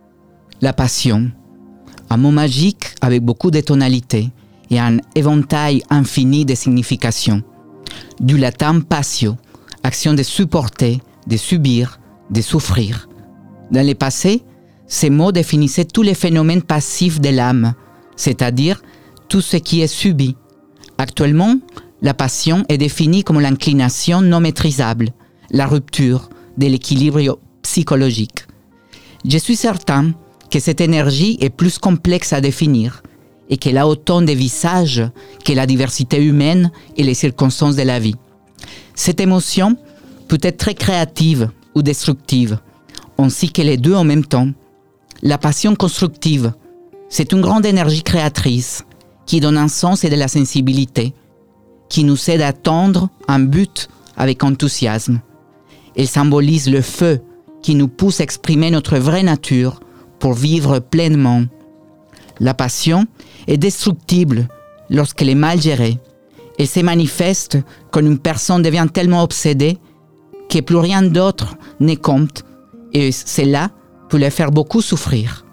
La passion, un mot magique avec beaucoup de tonalités et un éventail infini de significations. Du latin passio, action de supporter, de subir, de souffrir. Dans le passé, ces mots définissaient tous les phénomènes passifs de l'âme, c'est-à-dire tout ce qui est subi. Actuellement, la passion est définie comme l'inclination non maîtrisable, la rupture de l'équilibre psychologique. Je suis certain que cette énergie est plus complexe à définir et qu'elle a autant de visages que la diversité humaine et les circonstances de la vie. Cette émotion peut être très créative ou destructive, ainsi que les deux en même temps. La passion constructive, c'est une grande énergie créatrice qui donne un sens et de la sensibilité, qui nous aide à atteindre un but avec enthousiasme. Elle symbolise le feu qui nous pousse à exprimer notre vraie nature pour vivre pleinement. La passion est destructible lorsqu'elle est mal gérée. Elle se manifeste quand une personne devient tellement obsédée que plus rien d'autre ne compte, et cela peut la faire beaucoup souffrir.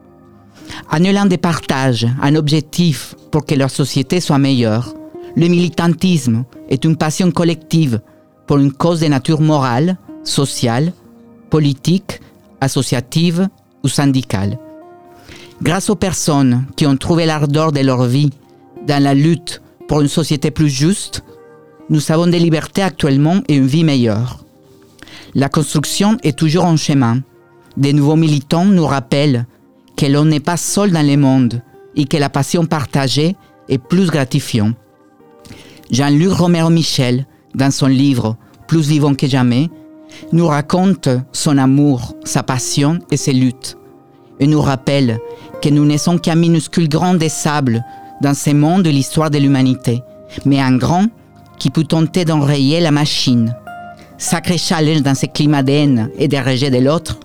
En élan de partage, un objectif pour que leur société soit meilleure, le militantisme est une passion collective pour une cause de nature morale, sociale, politique, associative ou syndicale. Grâce aux personnes qui ont trouvé l'ardeur de leur vie dans la lutte pour une société plus juste, nous avons des libertés actuellement et une vie meilleure. La construction est toujours en chemin. De nouveaux militants nous rappellent que l'on n'est pas seul dans le monde et que la passion partagée est plus gratifiante. Jean-Luc Romero-Michel, dans son livre « Plus vivant que jamais », nous raconte son amour, sa passion et ses luttes, et nous rappelle que nous ne sommes qu'un minuscule grain de sable dans ce monde de l'histoire de l'humanité, mais un grain qui peut tenter d'enrayer la machine. Sacré challenge dans ce climat de haine et de rejet de l'autre.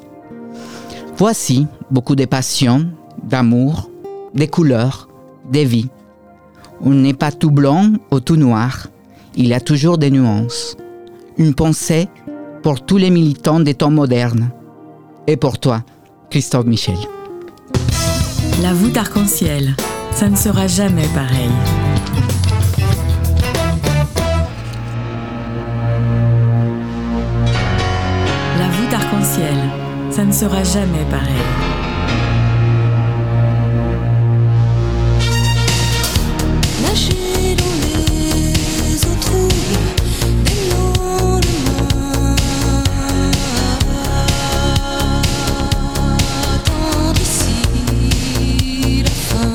Voici beaucoup de passion, d'amour, de couleurs, de vie. On n'est pas tout blanc ou tout noir. Il y a toujours des nuances. Une pensée pour tous les militants des temps modernes. Et pour toi, Christophe Michel. La voûte arc-en-ciel, ça ne sera jamais pareil. La voûte arc-en-ciel, ça ne sera jamais pareil. Nager dans les eaux troubles des lendemains, attendre ici la fin,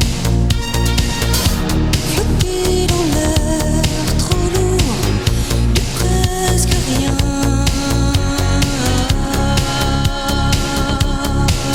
flotter dans l'air trop lourd du presque rien.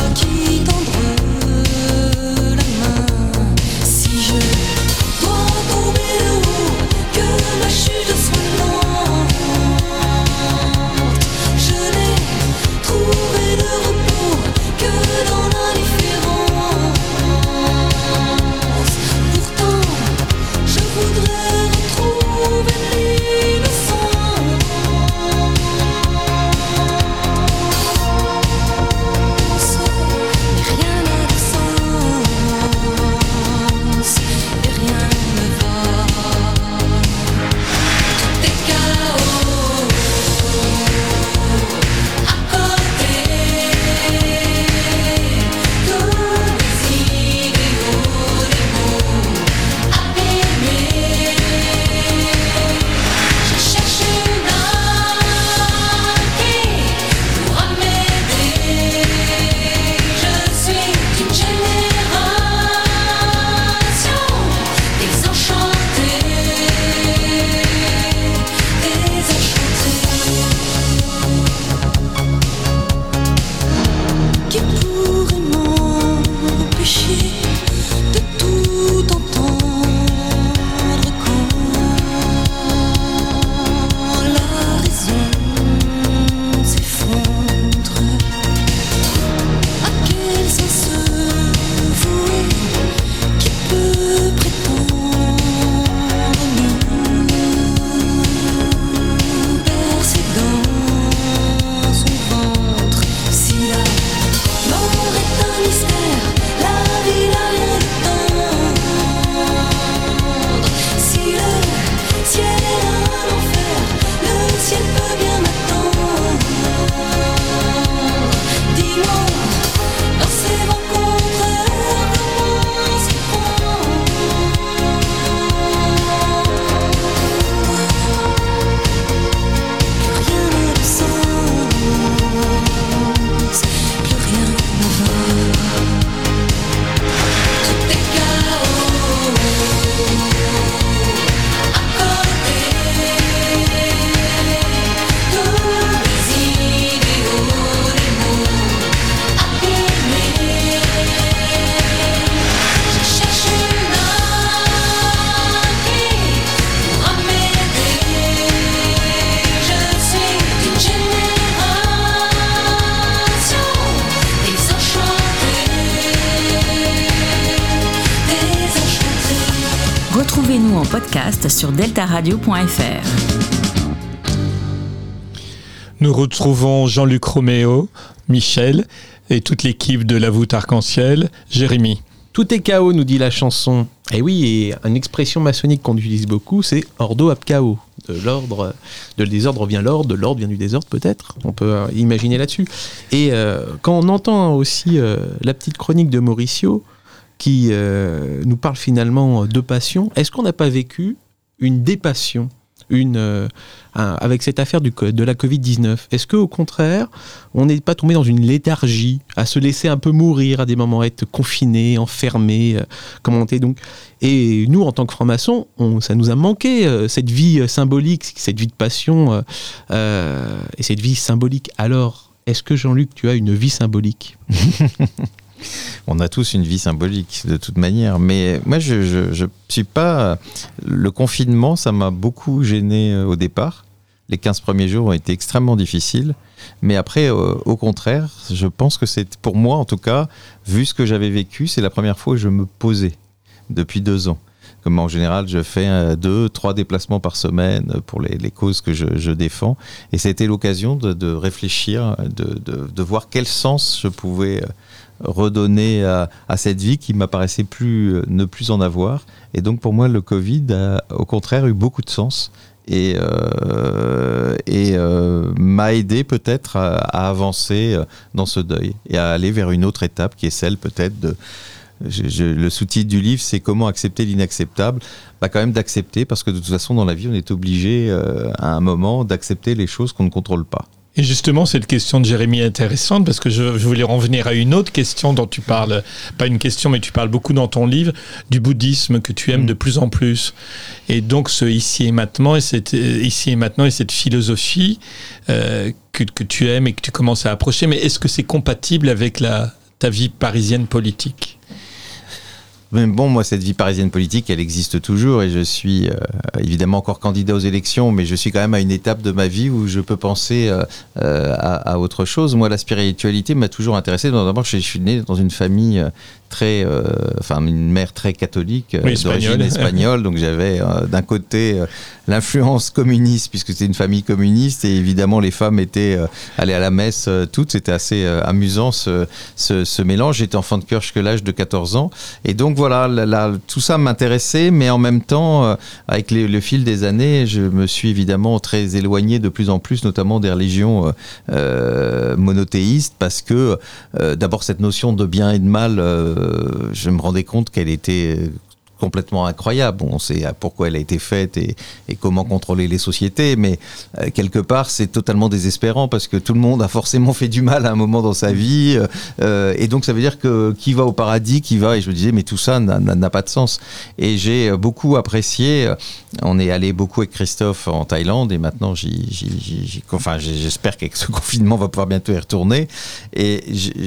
Retrouvez-nous en podcast sur delta radio point f r. Nous retrouvons Jean-Luc Roméo, Michel et toute l'équipe de La Voûte Arc-en-Ciel. Jérémy. Tout est chaos, nous dit la chanson. Et oui, et une expression maçonnique qu'on utilise beaucoup, c'est ordo ab chaos. De l'ordre, de le désordre vient l'ordre, de l'ordre vient du désordre peut-être. On peut euh, imaginer là-dessus. Et euh, quand on entend aussi euh, la petite chronique de Mauricio, qui euh, nous parle finalement de passion, est-ce qu'on n'a pas vécu une dépassion une, euh, un, avec cette affaire du, de la covid dix-neuf? Est-ce qu'au contraire, on n'est pas tombé dans une léthargie, à se laisser un peu mourir à des moments, être confiné, enfermé, euh, comme on était donc. Et nous, en tant que francs-maçons, on, ça nous a manqué, euh, cette vie euh, symbolique, cette vie de passion euh, euh, et cette vie symbolique. Alors, est-ce que Jean-Luc, tu as une vie symbolique? On a tous une vie symbolique de toute manière, mais moi je, je, je suis pas. Le confinement, ça m'a beaucoup gêné au départ. Les quinze premiers jours ont été extrêmement difficiles, mais après, euh, au contraire, je pense que c'est, pour moi en tout cas, vu ce que j'avais vécu, c'est la première fois que je me posais depuis deux ans. Comme en général, je fais deux, trois déplacements par semaine pour les, les causes que je, je défends, et c'était l'occasion de, de réfléchir, de, de, de voir quel sens je pouvais redonner à, à cette vie qui m'apparaissait plus, ne plus en avoir. Et donc pour moi, le Covid a au contraire eu beaucoup de sens et, euh, et euh, m'a aidé peut-être à, à avancer dans ce deuil et à aller vers une autre étape qui est celle peut-être de... Je, je, le sous-titre du livre, c'est comment accepter l'inacceptable. Bah, quand même d'accepter, parce que de toute façon dans la vie on est obligé euh, à un moment d'accepter les choses qu'on ne contrôle pas. Et justement, cette question de Jérémy est intéressante parce que je, je voulais en venir à une autre question dont tu parles, pas une question, mais tu parles beaucoup dans ton livre, du bouddhisme que tu aimes mmh. de plus en plus. Et donc, ce ici et maintenant et cette, ici et maintenant et cette philosophie euh, que, que tu aimes et que tu commences à approcher, mais est-ce que c'est compatible avec la, ta vie parisienne politique ? Mais bon, moi, cette vie parisienne politique, elle existe toujours et je suis euh, évidemment encore candidat aux élections, mais je suis quand même à une étape de ma vie où je peux penser euh, à, à autre chose. Moi, la spiritualité m'a toujours intéressé. D'abord, je suis né dans une famille très, euh, enfin, une mère très catholique, oui, d'origine espagnole, donc j'avais euh, d'un côté euh, l'influence communiste, puisque c'était une famille communiste, et évidemment les femmes étaient euh, allées à la messe euh, toutes. C'était assez euh, amusant ce, ce, ce mélange. J'étais enfant de cœur jusqu'à l'âge de quatorze ans, et donc voilà, la, la, tout ça m'intéressait, mais en même temps, euh, avec les, le fil des années, je me suis évidemment très éloigné de plus en plus, notamment des religions euh, euh, monothéistes, parce que euh, d'abord cette notion de bien et de mal, euh, je me rendais compte qu'elle était complètement incroyable. On sait pourquoi elle a été faite et, et comment contrôler les sociétés, mais euh, quelque part c'est totalement désespérant parce que tout le monde a forcément fait du mal à un moment dans sa vie, euh, et donc ça veut dire que qui va au paradis, qui va, et je me disais mais tout ça n'a, n'a pas de sens. Et j'ai beaucoup apprécié, on est allé beaucoup avec Christophe en Thaïlande et maintenant j'y, j'y, j'y, enfin, j'espère qu'avec ce confinement on va pouvoir bientôt y retourner, et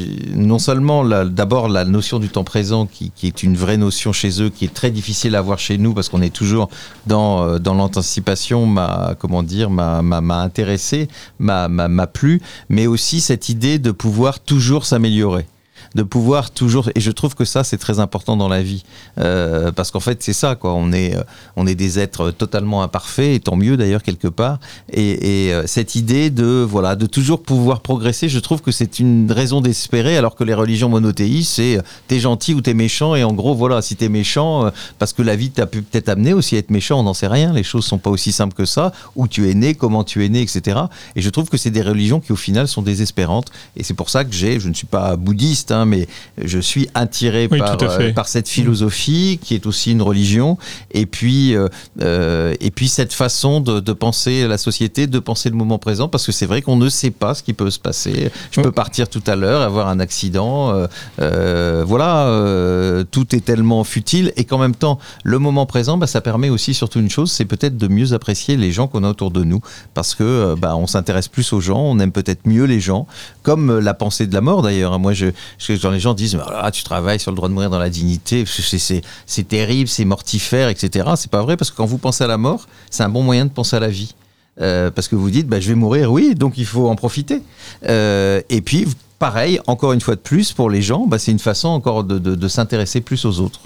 non seulement la, d'abord la notion du temps présent qui, qui est une vraie notion chez eux, qui est très difficile à voir chez nous parce qu'on est toujours dans, dans l'anticipation, m'a, comment dire, m'a, m'a, m'a intéressé, m'a, m'a, m'a plu, mais aussi cette idée de pouvoir toujours s'améliorer. De pouvoir toujours, et je trouve que ça c'est très important dans la vie, euh, parce qu'en fait c'est ça quoi, on est, on est des êtres totalement imparfaits, et tant mieux d'ailleurs quelque part, et, et cette idée de, voilà, de toujours pouvoir progresser, je trouve que c'est une raison d'espérer, alors que les religions monothéistes c'est t'es gentil ou t'es méchant, et en gros voilà, si t'es méchant, parce que la vie t'a pu peut-être amener aussi à être méchant, on n'en sait rien, les choses sont pas aussi simples que ça, où tu es né, comment tu es né, et cetera. Et je trouve que c'est des religions qui au final sont désespérantes, et c'est pour ça que j'ai, je ne suis pas bouddhiste, hein, mais je suis attiré oui, par, euh, par cette philosophie qui est aussi une religion, et puis, euh, et puis cette façon de, de penser la société, de penser le moment présent, parce que c'est vrai qu'on ne sait pas ce qui peut se passer. Je peux partir tout à l'heure, avoir un accident, euh, euh, voilà, euh, tout est tellement futile, et qu'en même temps, le moment présent, bah, ça permet aussi surtout une chose, c'est peut-être de mieux apprécier les gens qu'on a autour de nous, parce que bah, on s'intéresse plus aux gens, on aime peut-être mieux les gens, comme la pensée de la mort d'ailleurs. Moi, je, je quand les gens disent oh là, tu travailles sur le droit de mourir dans la dignité, c'est, c'est, c'est terrible, c'est mortifère, et cetera. C'est pas vrai, parce que quand vous pensez à la mort, c'est un bon moyen de penser à la vie. Euh, parce que vous dites, bah, je vais mourir, oui, donc il faut en profiter. Euh, et puis, pareil, encore une fois de plus, pour les gens, bah, c'est une façon encore de, de, de s'intéresser plus aux autres.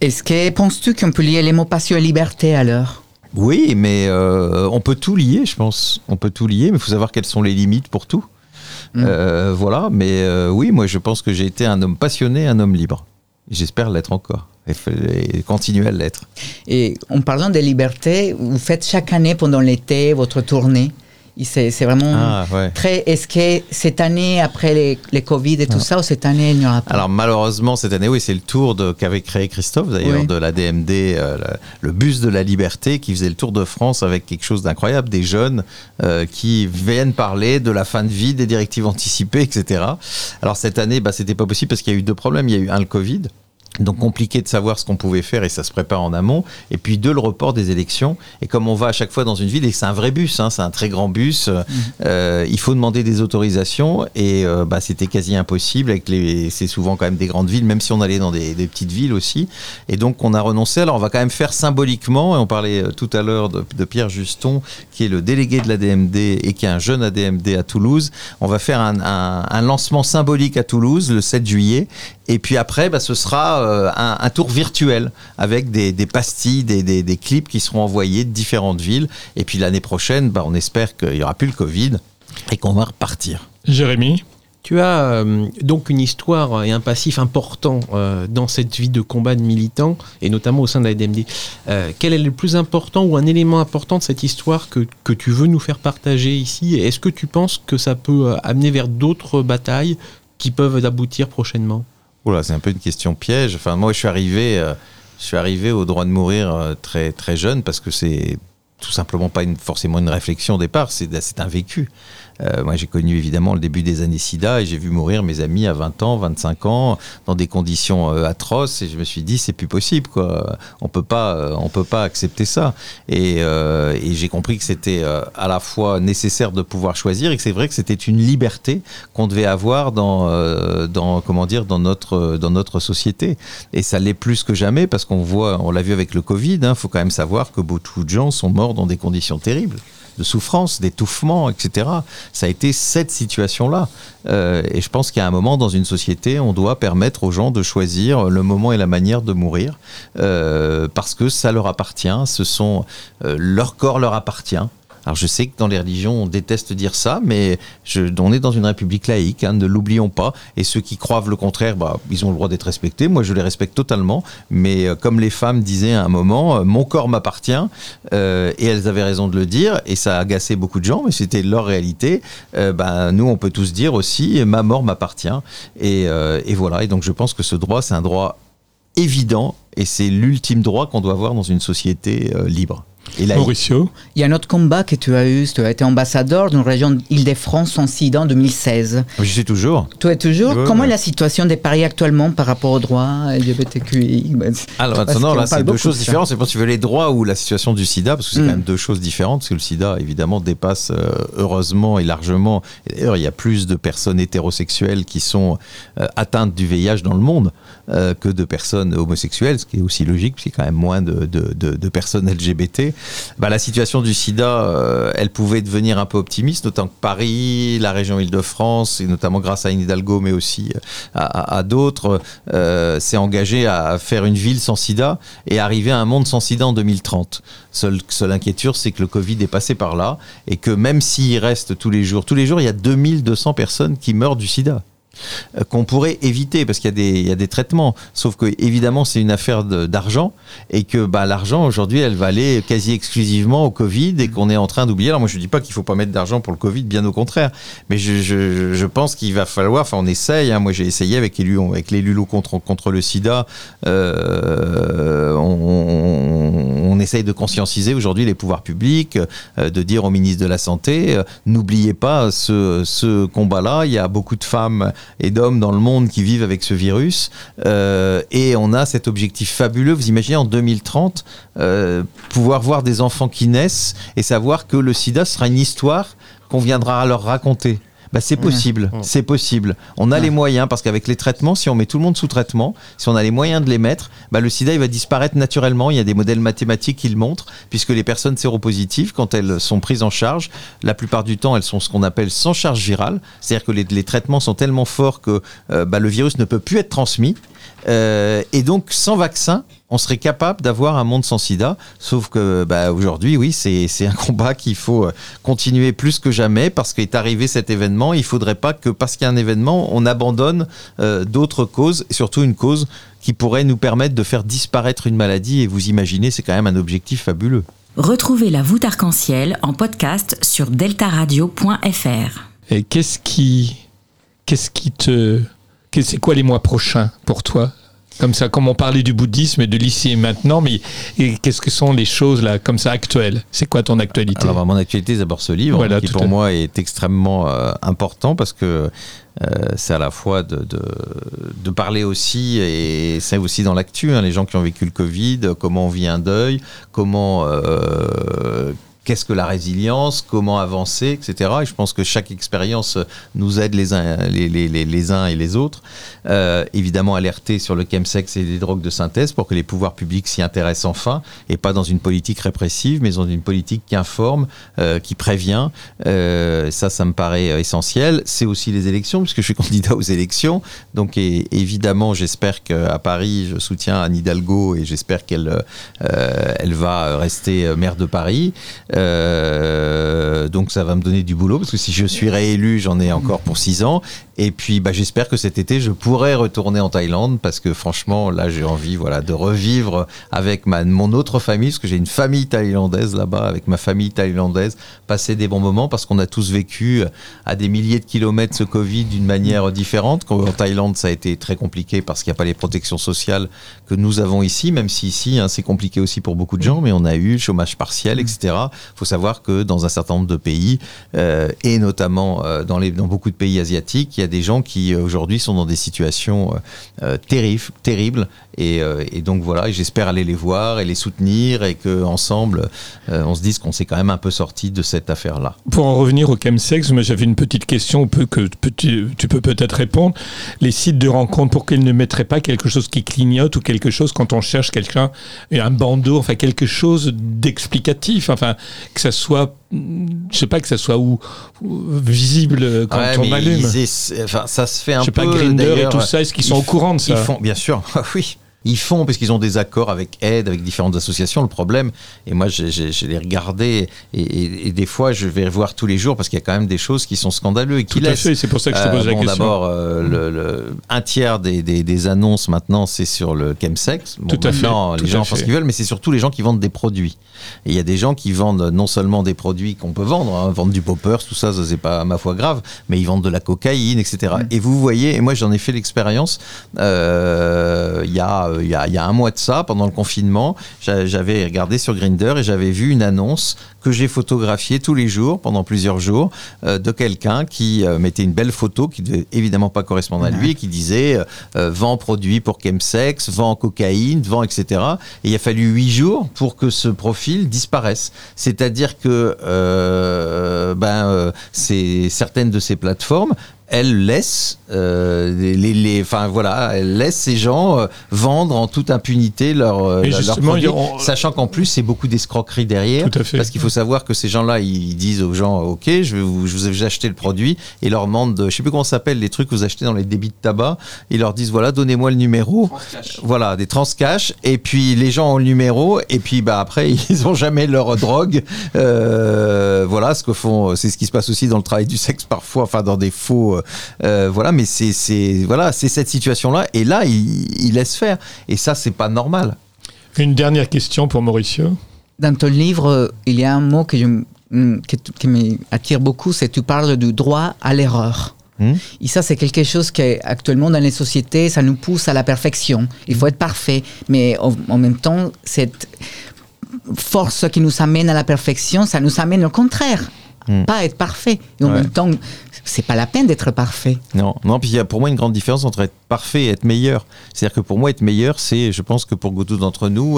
Est-ce que penses-tu qu'on peut lier les mots passion et liberté alors? Oui, mais euh, on peut tout lier, je pense. On peut tout lier, mais il faut savoir quelles sont les limites pour tout. Mmh. Euh, voilà, mais euh, oui, moi je pense que j'ai été un homme passionné, un homme libre. J'espère l'être encore et, et continuer à l'être. Et en parlant de liberté, vous faites chaque année pendant l'été votre tournée. C'est, c'est vraiment ah, ouais. très... Est-ce que cette année, après les, les Covid et tout ah. ça, ou cette année, il n'y aura pas? Alors malheureusement, cette année, oui, c'est le tour de, qu'avait créé Christophe, d'ailleurs, oui. de l'A D M D, euh, le, le bus de la liberté, qui faisait le tour de France avec quelque chose d'incroyable, des jeunes euh, qui viennent parler de la fin de vie, des directives anticipées, et cetera. Alors cette année, bah, c'était pas possible parce qu'il y a eu deux problèmes. Il y a eu un, le Covid. Donc compliqué de savoir ce qu'on pouvait faire et ça se prépare en amont. Et puis deux, le report des élections. Et comme on va à chaque fois dans une ville, et c'est un vrai bus, hein, c'est un très grand bus, mmh. euh, il faut demander des autorisations et euh, bah, c'était quasi impossible. Avec les, c'est souvent quand même des grandes villes, même si on allait dans des, des petites villes aussi. Et donc on a renoncé. Alors on va quand même faire symboliquement, et on parlait tout à l'heure de, de Pierre Juston, qui est le délégué de l'A D M D et qui est un jeune A D M D à Toulouse. On va faire un, un, un lancement symbolique à Toulouse le sept juillet. Et puis après, bah, ce sera euh, un, un tour virtuel avec des, des pastilles, des, des, des clips qui seront envoyés de différentes villes. Et puis l'année prochaine, bah, on espère qu'il n'y aura plus le Covid et qu'on va repartir. Jérémy ? Tu as euh, donc une histoire et un passif important euh, dans cette vie de combat de militant, et notamment au sein de la A D M D. Euh, quel est le plus important ou un élément important de cette histoire que, que tu veux nous faire partager ici? Et est-ce que tu penses que ça peut amener vers d'autres batailles qui peuvent aboutir prochainement? Oula, c'est un peu une question piège. Enfin, moi, je suis arrivé, euh, je suis arrivé au droit de mourir euh, très, très jeune parce que c'est tout simplement pas une, forcément une réflexion au départ, c'est, c'est un vécu. Euh, moi, j'ai connu évidemment le début des années SIDA et j'ai vu mourir mes amis à vingt ans, vingt-cinq ans, dans des conditions euh, atroces. Et je me suis dit, c'est plus possible, quoi. On peut pas, euh, on peut pas accepter ça. Et, euh, et j'ai compris que c'était euh, à la fois nécessaire de pouvoir choisir et que c'est vrai que c'était une liberté qu'on devait avoir dans, euh, dans, comment dire, dans notre, dans notre société. Et ça l'est plus que jamais parce qu'on voit, on l'a vu avec le Covid. Il hein, faut quand même savoir que beaucoup de gens sont morts dans des conditions terribles, de souffrance, d'étouffement, et cetera. Ça a été cette situation-là. Euh, et je pense qu'à un moment, dans une société, on doit permettre aux gens de choisir le moment et la manière de mourir, euh, parce que ça leur appartient, ce sont, euh, leur corps leur appartient. Alors je sais que dans les religions, on déteste dire ça, mais je, on est dans une république laïque, hein, ne l'oublions pas. Et ceux qui croient le contraire, bah, ils ont le droit d'être respectés. Moi, je les respecte totalement. Mais euh, comme les femmes disaient à un moment, euh, mon corps m'appartient, euh, et elles avaient raison de le dire, et ça a agacé beaucoup de gens, mais c'était leur réalité. Euh, bah, nous, on peut tous dire aussi, ma mort m'appartient. Et, euh, et voilà. Et donc, je pense que ce droit, c'est un droit évident, et c'est l'ultime droit qu'on doit avoir dans une société euh, libre. Et là, Mauricio, il y a un autre combat que tu as eu, tu as été ambassadeur d'une région d'Île-de-France sans sida en deux mille seize. Je suis toujours. Tu es toujours. Ouais, Comment ouais. est la situation des Paris actuellement par rapport aux droits L G B T Q I? Alors maintenant, là, c'est deux choses différentes. C'est pas si tu veux les droits ou la situation du sida, parce que c'est mm. quand même deux choses différentes, parce que le sida, évidemment, dépasse euh, heureusement et largement. Et d'ailleurs, il y a plus de personnes hétérosexuelles qui sont euh, atteintes du V I H dans le monde euh, que de personnes homosexuelles, ce qui est aussi logique, parce qu'il y a quand même moins de, de, de, de personnes L G B T. Bah, la situation du sida, euh, elle pouvait devenir un peu optimiste, notamment que Paris, la région Île-de-France, et notamment grâce à Anne Hidalgo, mais aussi à, à, à d'autres, euh, s'est engagé à faire une ville sans sida et arriver à un monde sans sida en deux mille trente. Seule, seule inquiétude, c'est que le Covid est passé par là et que même s'il reste tous les jours, tous les jours, il y a deux mille deux cents personnes qui meurent du sida, qu'on pourrait éviter parce qu'il y a des, il y a des traitements, sauf que évidemment c'est une affaire de, d'argent et que bah, l'argent aujourd'hui elle va aller quasi exclusivement au Covid et qu'on est en train d'oublier. Alors moi je ne dis pas qu'il ne faut pas mettre d'argent pour le Covid, bien au contraire, mais je, je, je pense qu'il va falloir, enfin on essaye, hein, moi j'ai essayé avec, élu, avec l'élu contre, contre le sida, euh, on, on, on essaye de conscientiser aujourd'hui les pouvoirs publics, euh, de dire au ministre de la Santé, euh, n'oubliez pas ce, ce combat-là, il y a beaucoup de femmes et d'hommes dans le monde qui vivent avec ce virus, euh, et on a cet objectif fabuleux, vous imaginez en deux mille trente euh, pouvoir voir des enfants qui naissent et savoir que le sida sera une histoire qu'on viendra leur raconter. Bah c'est possible, mmh. c'est possible. On a mmh. les moyens, parce qu'avec les traitements, si on met tout le monde sous traitement, si on a les moyens de les mettre, bah le sida il va disparaître naturellement. Il y a des modèles mathématiques qui le montrent, puisque les personnes séropositives, quand elles sont prises en charge, la plupart du temps, elles sont ce qu'on appelle sans charge virale, c'est-à-dire que les, les traitements sont tellement forts que euh, bah, le virus ne peut plus être transmis. Euh, et donc, sans vaccin, on serait capable d'avoir un monde sans sida. Sauf que bah, aujourd'hui, oui, c'est, c'est un combat qu'il faut continuer plus que jamais parce qu'est arrivé cet événement. Il ne faudrait pas que, parce qu'il y a un événement, on abandonne euh, d'autres causes, et surtout une cause qui pourrait nous permettre de faire disparaître une maladie. Et vous imaginez, c'est quand même un objectif fabuleux. Retrouvez La Voûte Arc-en-Ciel en podcast sur delta radio point f r. Et qu'est-ce qui, qu'est-ce qui te, c'est quoi les mois prochains pour toi? Comme ça, comme on parlait du bouddhisme et de l'ici et maintenant, mais et qu'est-ce que sont les choses là, comme ça, actuelles? C'est quoi ton actualité? Alors, mon actualité, c'est d'abord ce livre, voilà, qui pour à... moi est extrêmement euh, important parce que euh, c'est à la fois de, de, de parler aussi, et c'est aussi dans l'actu, hein, les gens qui ont vécu le Covid, comment on vit un deuil, comment... Euh, Qu'est-ce que la résilience, comment avancer, et cetera. Et je pense que chaque expérience nous aide les uns, les, les, les, les uns et les autres. Euh, évidemment, alerter sur le chemsex et les drogues de synthèse pour que les pouvoirs publics s'y intéressent enfin, et pas dans une politique répressive, mais dans une politique qui informe, euh, qui prévient. Euh, ça, ça me paraît essentiel. C'est aussi les élections, puisque je suis candidat aux élections. Donc, et, évidemment, j'espère qu'à Paris, je soutiens Anne Hidalgo et j'espère qu'elle euh, elle va rester maire de Paris. Euh, donc ça va me donner du boulot parce que si je suis réélu, j'en ai encore pour six ans. Et puis bah, j'espère que cet été je pourrai retourner en Thaïlande parce que franchement là j'ai envie voilà, de revivre avec ma, mon autre famille, parce que j'ai une famille thaïlandaise là-bas, avec ma famille thaïlandaise, passer des bons moments parce qu'on a tous vécu à des milliers de kilomètres ce Covid d'une manière différente. En Thaïlande ça a été très compliqué parce qu'il n'y a pas les protections sociales que nous avons ici, même si ici hein, c'est compliqué aussi pour beaucoup de gens, mais on a eu le chômage partiel, et cetera. Il faut savoir que dans un certain nombre de pays, euh, et notamment euh, dans, les, dans beaucoup de pays asiatiques, il y a des gens qui euh, aujourd'hui sont dans des situations euh, terribles, terribles. Et, euh, et donc voilà, et j'espère aller les voir et les soutenir et qu'ensemble, euh, on se dise qu'on s'est quand même un peu sorti de cette affaire-là. Pour en revenir au chemsex, moi j'avais une petite question que tu, tu peux peut-être répondre. Les sites de rencontres, pour qu'ils ne mettraient pas quelque chose qui clignote ou quelque chose quand on cherche quelqu'un, un bandeau, enfin quelque chose d'explicatif, enfin que ça soit, je sais pas, que ça soit où, où visible quand ouais, on allume. Ils, enfin, ça se fait un je sais peu. Pas, Grindr et tout ça, est-ce qu'ils sont au courant de ça? Ils font, bien sûr, oui. Ils font parce qu'ils ont des accords avec Aide, avec différentes associations. Le problème, et moi je, je, je les regardais et, et, et des fois je vais voir tous les jours parce qu'il y a quand même des choses qui sont scandaleuses et qui tout laissent. à fait, c'est pour ça que je te pose euh, la bon, question. D'abord, euh, le, le, un tiers des, des, des annonces maintenant c'est sur le chemsex. Bon, tout à fait. Les tout gens à font ce fait. qu'ils veulent, mais c'est surtout les gens qui vendent des produits. Et il y a des gens qui vendent non seulement des produits qu'on peut vendre, hein, vendre du poppers, tout ça, ça c'est pas ma foi grave, mais ils vendent de la cocaïne, et cetera. Mmh. Et vous voyez, et moi j'en ai fait l'expérience euh, il y a il y a il y a un mois de ça, pendant le confinement, j'avais regardé sur Grindr et j'avais vu une annonce que j'ai photographiée tous les jours, pendant plusieurs jours, euh, de quelqu'un qui euh, mettait une belle photo qui ne devait évidemment pas correspondre à lui et qui disait euh, « vend produit pour chemsex, vend cocaïne, vend et cetera » Et il a fallu huit jours pour que ce profil disparaisse. C'est-à-dire que euh, ben, euh, c'est certaines de ces plateformes, elle laisse, euh, les, les, enfin voilà, elle laisse ces gens euh, vendre en toute impunité leurs leur produits, on... sachant qu'en plus c'est beaucoup d'escroquerie derrière. Tout à fait. Parce qu'il faut savoir que ces gens-là, ils disent aux gens, ok, je vais vous, je vous ai acheté le produit, et leur demandent, je sais plus comment ça s'appelle, les trucs que vous achetez dans les débits de tabac, ils leur disent voilà, donnez-moi le numéro, transcash. Voilà, des transcash, et puis les gens ont le numéro, et puis bah après ils ont jamais leur drogue. Euh, voilà, ce que font, c'est ce qui se passe aussi dans le travail du sexe parfois, enfin dans des faux. Euh, voilà, mais c'est, c'est, voilà, c'est cette situation-là, et là, il, il laisse faire. Et ça, c'est pas normal. Une dernière question pour Mauricio. Dans ton livre, il y a un mot que je, qui, qui m'attire beaucoup, c'est que tu parles du droit à l'erreur. Mmh. Et ça, c'est quelque chose qui, actuellement, dans les sociétés, ça nous pousse à la perfection. Il faut être parfait. Mais en, en même temps, cette force qui nous amène à la perfection, ça nous amène au contraire. Mmh. Pas être parfait. Et en ouais. même temps, c'est pas la peine d'être parfait. Non, non. Puis il y a pour moi une grande différence entre être parfait et être meilleur. C'est-à-dire que pour moi, être meilleur, c'est, je pense que pour beaucoup d'entre nous, être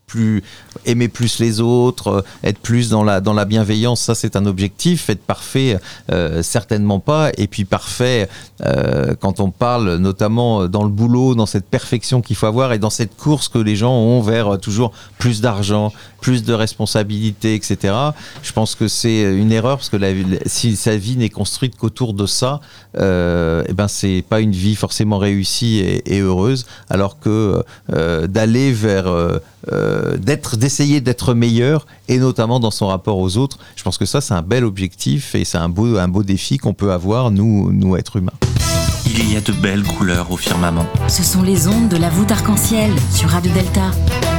plus, aimer plus les autres, être plus dans la, dans la bienveillance, ça c'est un objectif. Être parfait, euh, certainement pas. Et puis parfait, euh, quand on parle notamment dans le boulot, dans cette perfection qu'il faut avoir et dans cette course que les gens ont vers toujours plus d'argent, plus de responsabilités, et cetera. Je pense que c'est une erreur parce que la, si sa vie n'est construite qu'autour de ça, euh, et ben c'est pas une vie forcément réussie et, et heureuse. Alors que euh, d'aller vers, euh, euh, d'être, d'essayer d'être meilleur et notamment dans son rapport aux autres, je pense que ça c'est un bel objectif et c'est un beau, un beau défi qu'on peut avoir nous, nous êtres humains. Il y a de belles couleurs au firmament. Ce sont les ondes de la voûte arc-en-ciel sur Radio Delta.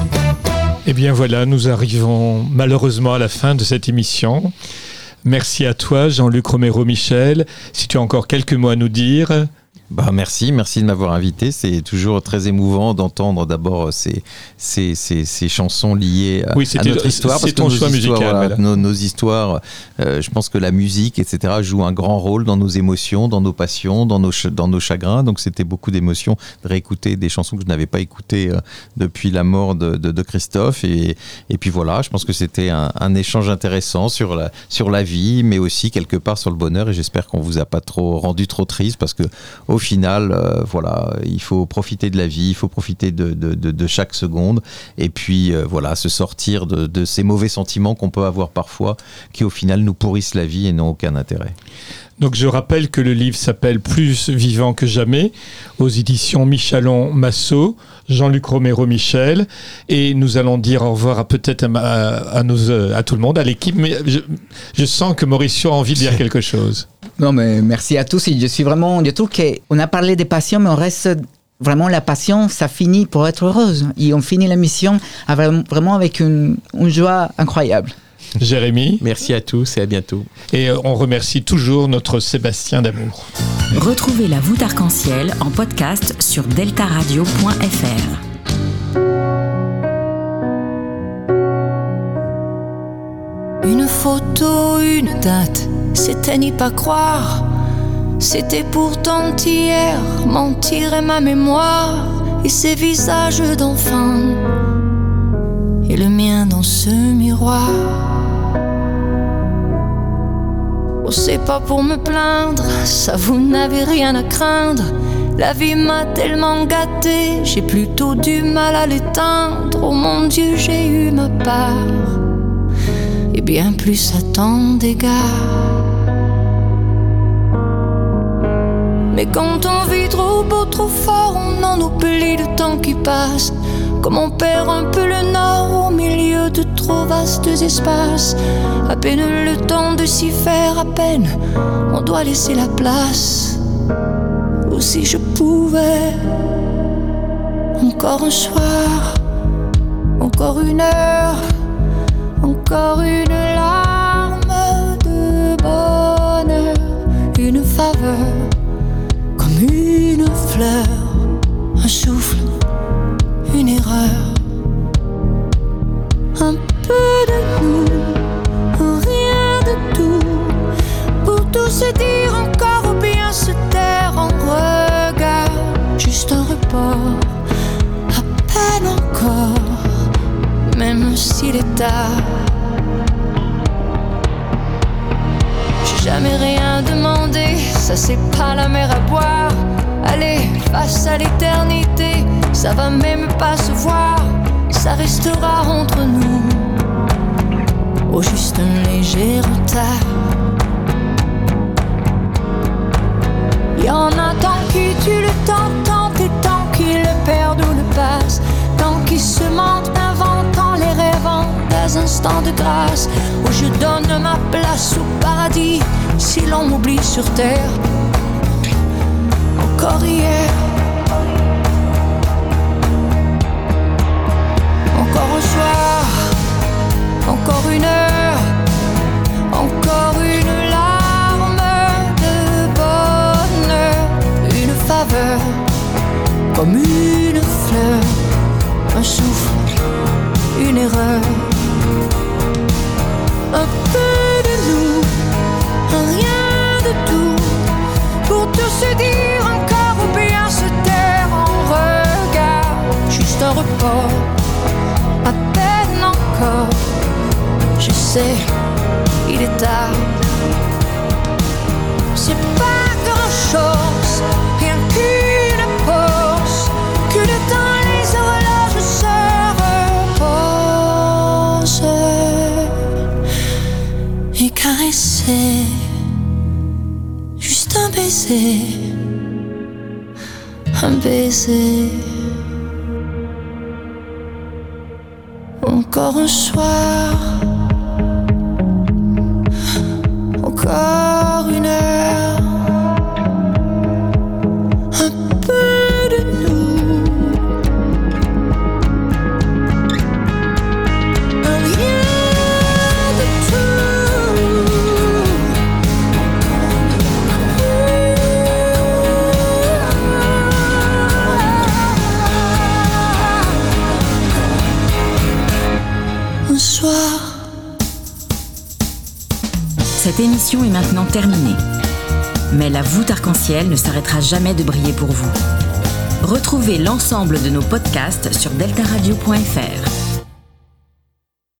Eh bien voilà, nous arrivons malheureusement à la fin de cette émission. Merci à toi, Jean-Luc Romero-Michel. Si tu as encore quelques mots à nous dire... Bah merci, merci de m'avoir invité. C'est toujours très émouvant d'entendre d'abord ces, ces, ces, ces chansons liées à, oui, à notre histoire. C'est ton choix musical. Voilà, voilà. nos, nos histoires, euh, je pense que la musique, et cetera, joue un grand rôle dans nos émotions, dans nos passions, dans nos, dans nos chagrins. Donc c'était beaucoup d'émotions de réécouter des chansons que je n'avais pas écoutées euh, depuis la mort de, de, de Christophe. Et, et puis voilà, je pense que c'était un, un échange intéressant sur la, sur la vie, mais aussi quelque part sur le bonheur. Et j'espère qu'on vous a pas trop rendu trop triste parce que au Au final, euh, voilà, il faut profiter de la vie, il faut profiter de, de, de, de chaque seconde et puis euh, voilà, se sortir de, de ces mauvais sentiments qu'on peut avoir parfois qui au final nous pourrissent la vie et n'ont aucun intérêt. Donc je rappelle que le livre s'appelle Plus vivant que jamais aux éditions Michalon Massot, Jean-Luc Romero-Michel, et nous allons dire au revoir à peut-être à, à, nos, à tout le monde, à l'équipe, mais je, je sens que Mauricio a envie de dire quelque chose. Non, mais merci à tous. Je suis vraiment, je trouve qu'on a parlé des passions, mais on reste vraiment la passion, ça finit pour être heureuse. Et on finit la mission vraiment avec une, une joie incroyable. Jérémy. Merci à tous et à bientôt. Et on remercie toujours notre Sébastien Damour. Retrouvez la voûte arc-en-ciel en podcast sur delta radio point f r. Une photo, une date, c'était n'y pas croire. C'était pourtant hier, mentir est ma mémoire. Et ces visages d'enfants, et le mien dans ce miroir. Oh, c'est pas pour me plaindre, ça vous n'avez rien à craindre. La vie m'a tellement gâté, j'ai plutôt du mal à l'éteindre. Oh mon Dieu, j'ai eu ma part, et bien plus à tant d'égards. Mais quand on vit trop beau, trop fort, on en oublie le temps qui passe. Comme on perd un peu le nord au milieu de trop vastes espaces. À peine le temps de s'y faire, à peine on doit laisser la place. Ou si je pouvais, encore un soir, encore une heure, encore une larme de bonheur, une faveur, comme une fleur, un souffle, une erreur, un peu de nous, rien de tout, pour tout se dire encore ou bien se taire en regard, juste un report, à peine encore, même s'il est tard. J'ai jamais rien demandé, ça c'est pas la mer à boire. Allez, face à l'éternité, ça va même pas se voir, ça restera entre nous, au juste un léger retard. Y'en a tant qui tuent le temps, tant et tant qui le perdent ou le passent, tant qui se mentent, inventant les rêvant des instants de grâce, où je donne ma place au paradis, si l'on m'oublie sur terre. Encore hier, encore un soir, encore une heure, encore une larme de bonheur, une faveur, comme une fleur, un souffle, une erreur, un peu de nous, un rien de tout, pour tout se dire encore ou bien se taire en regard, juste un report, à peine sais, il est tard. C'est pas grand chose, rien qu'une pause, que le temps les horloges se reposent. Et caresser, juste un baiser, un baiser. Encore un soir, encore une heure, un peu de nous, un rien de tout. Un soir. Cette émission est maintenant terminée. Mais la voûte arc-en-ciel ne s'arrêtera jamais de briller pour vous. Retrouvez l'ensemble de nos podcasts sur delta radio point f r.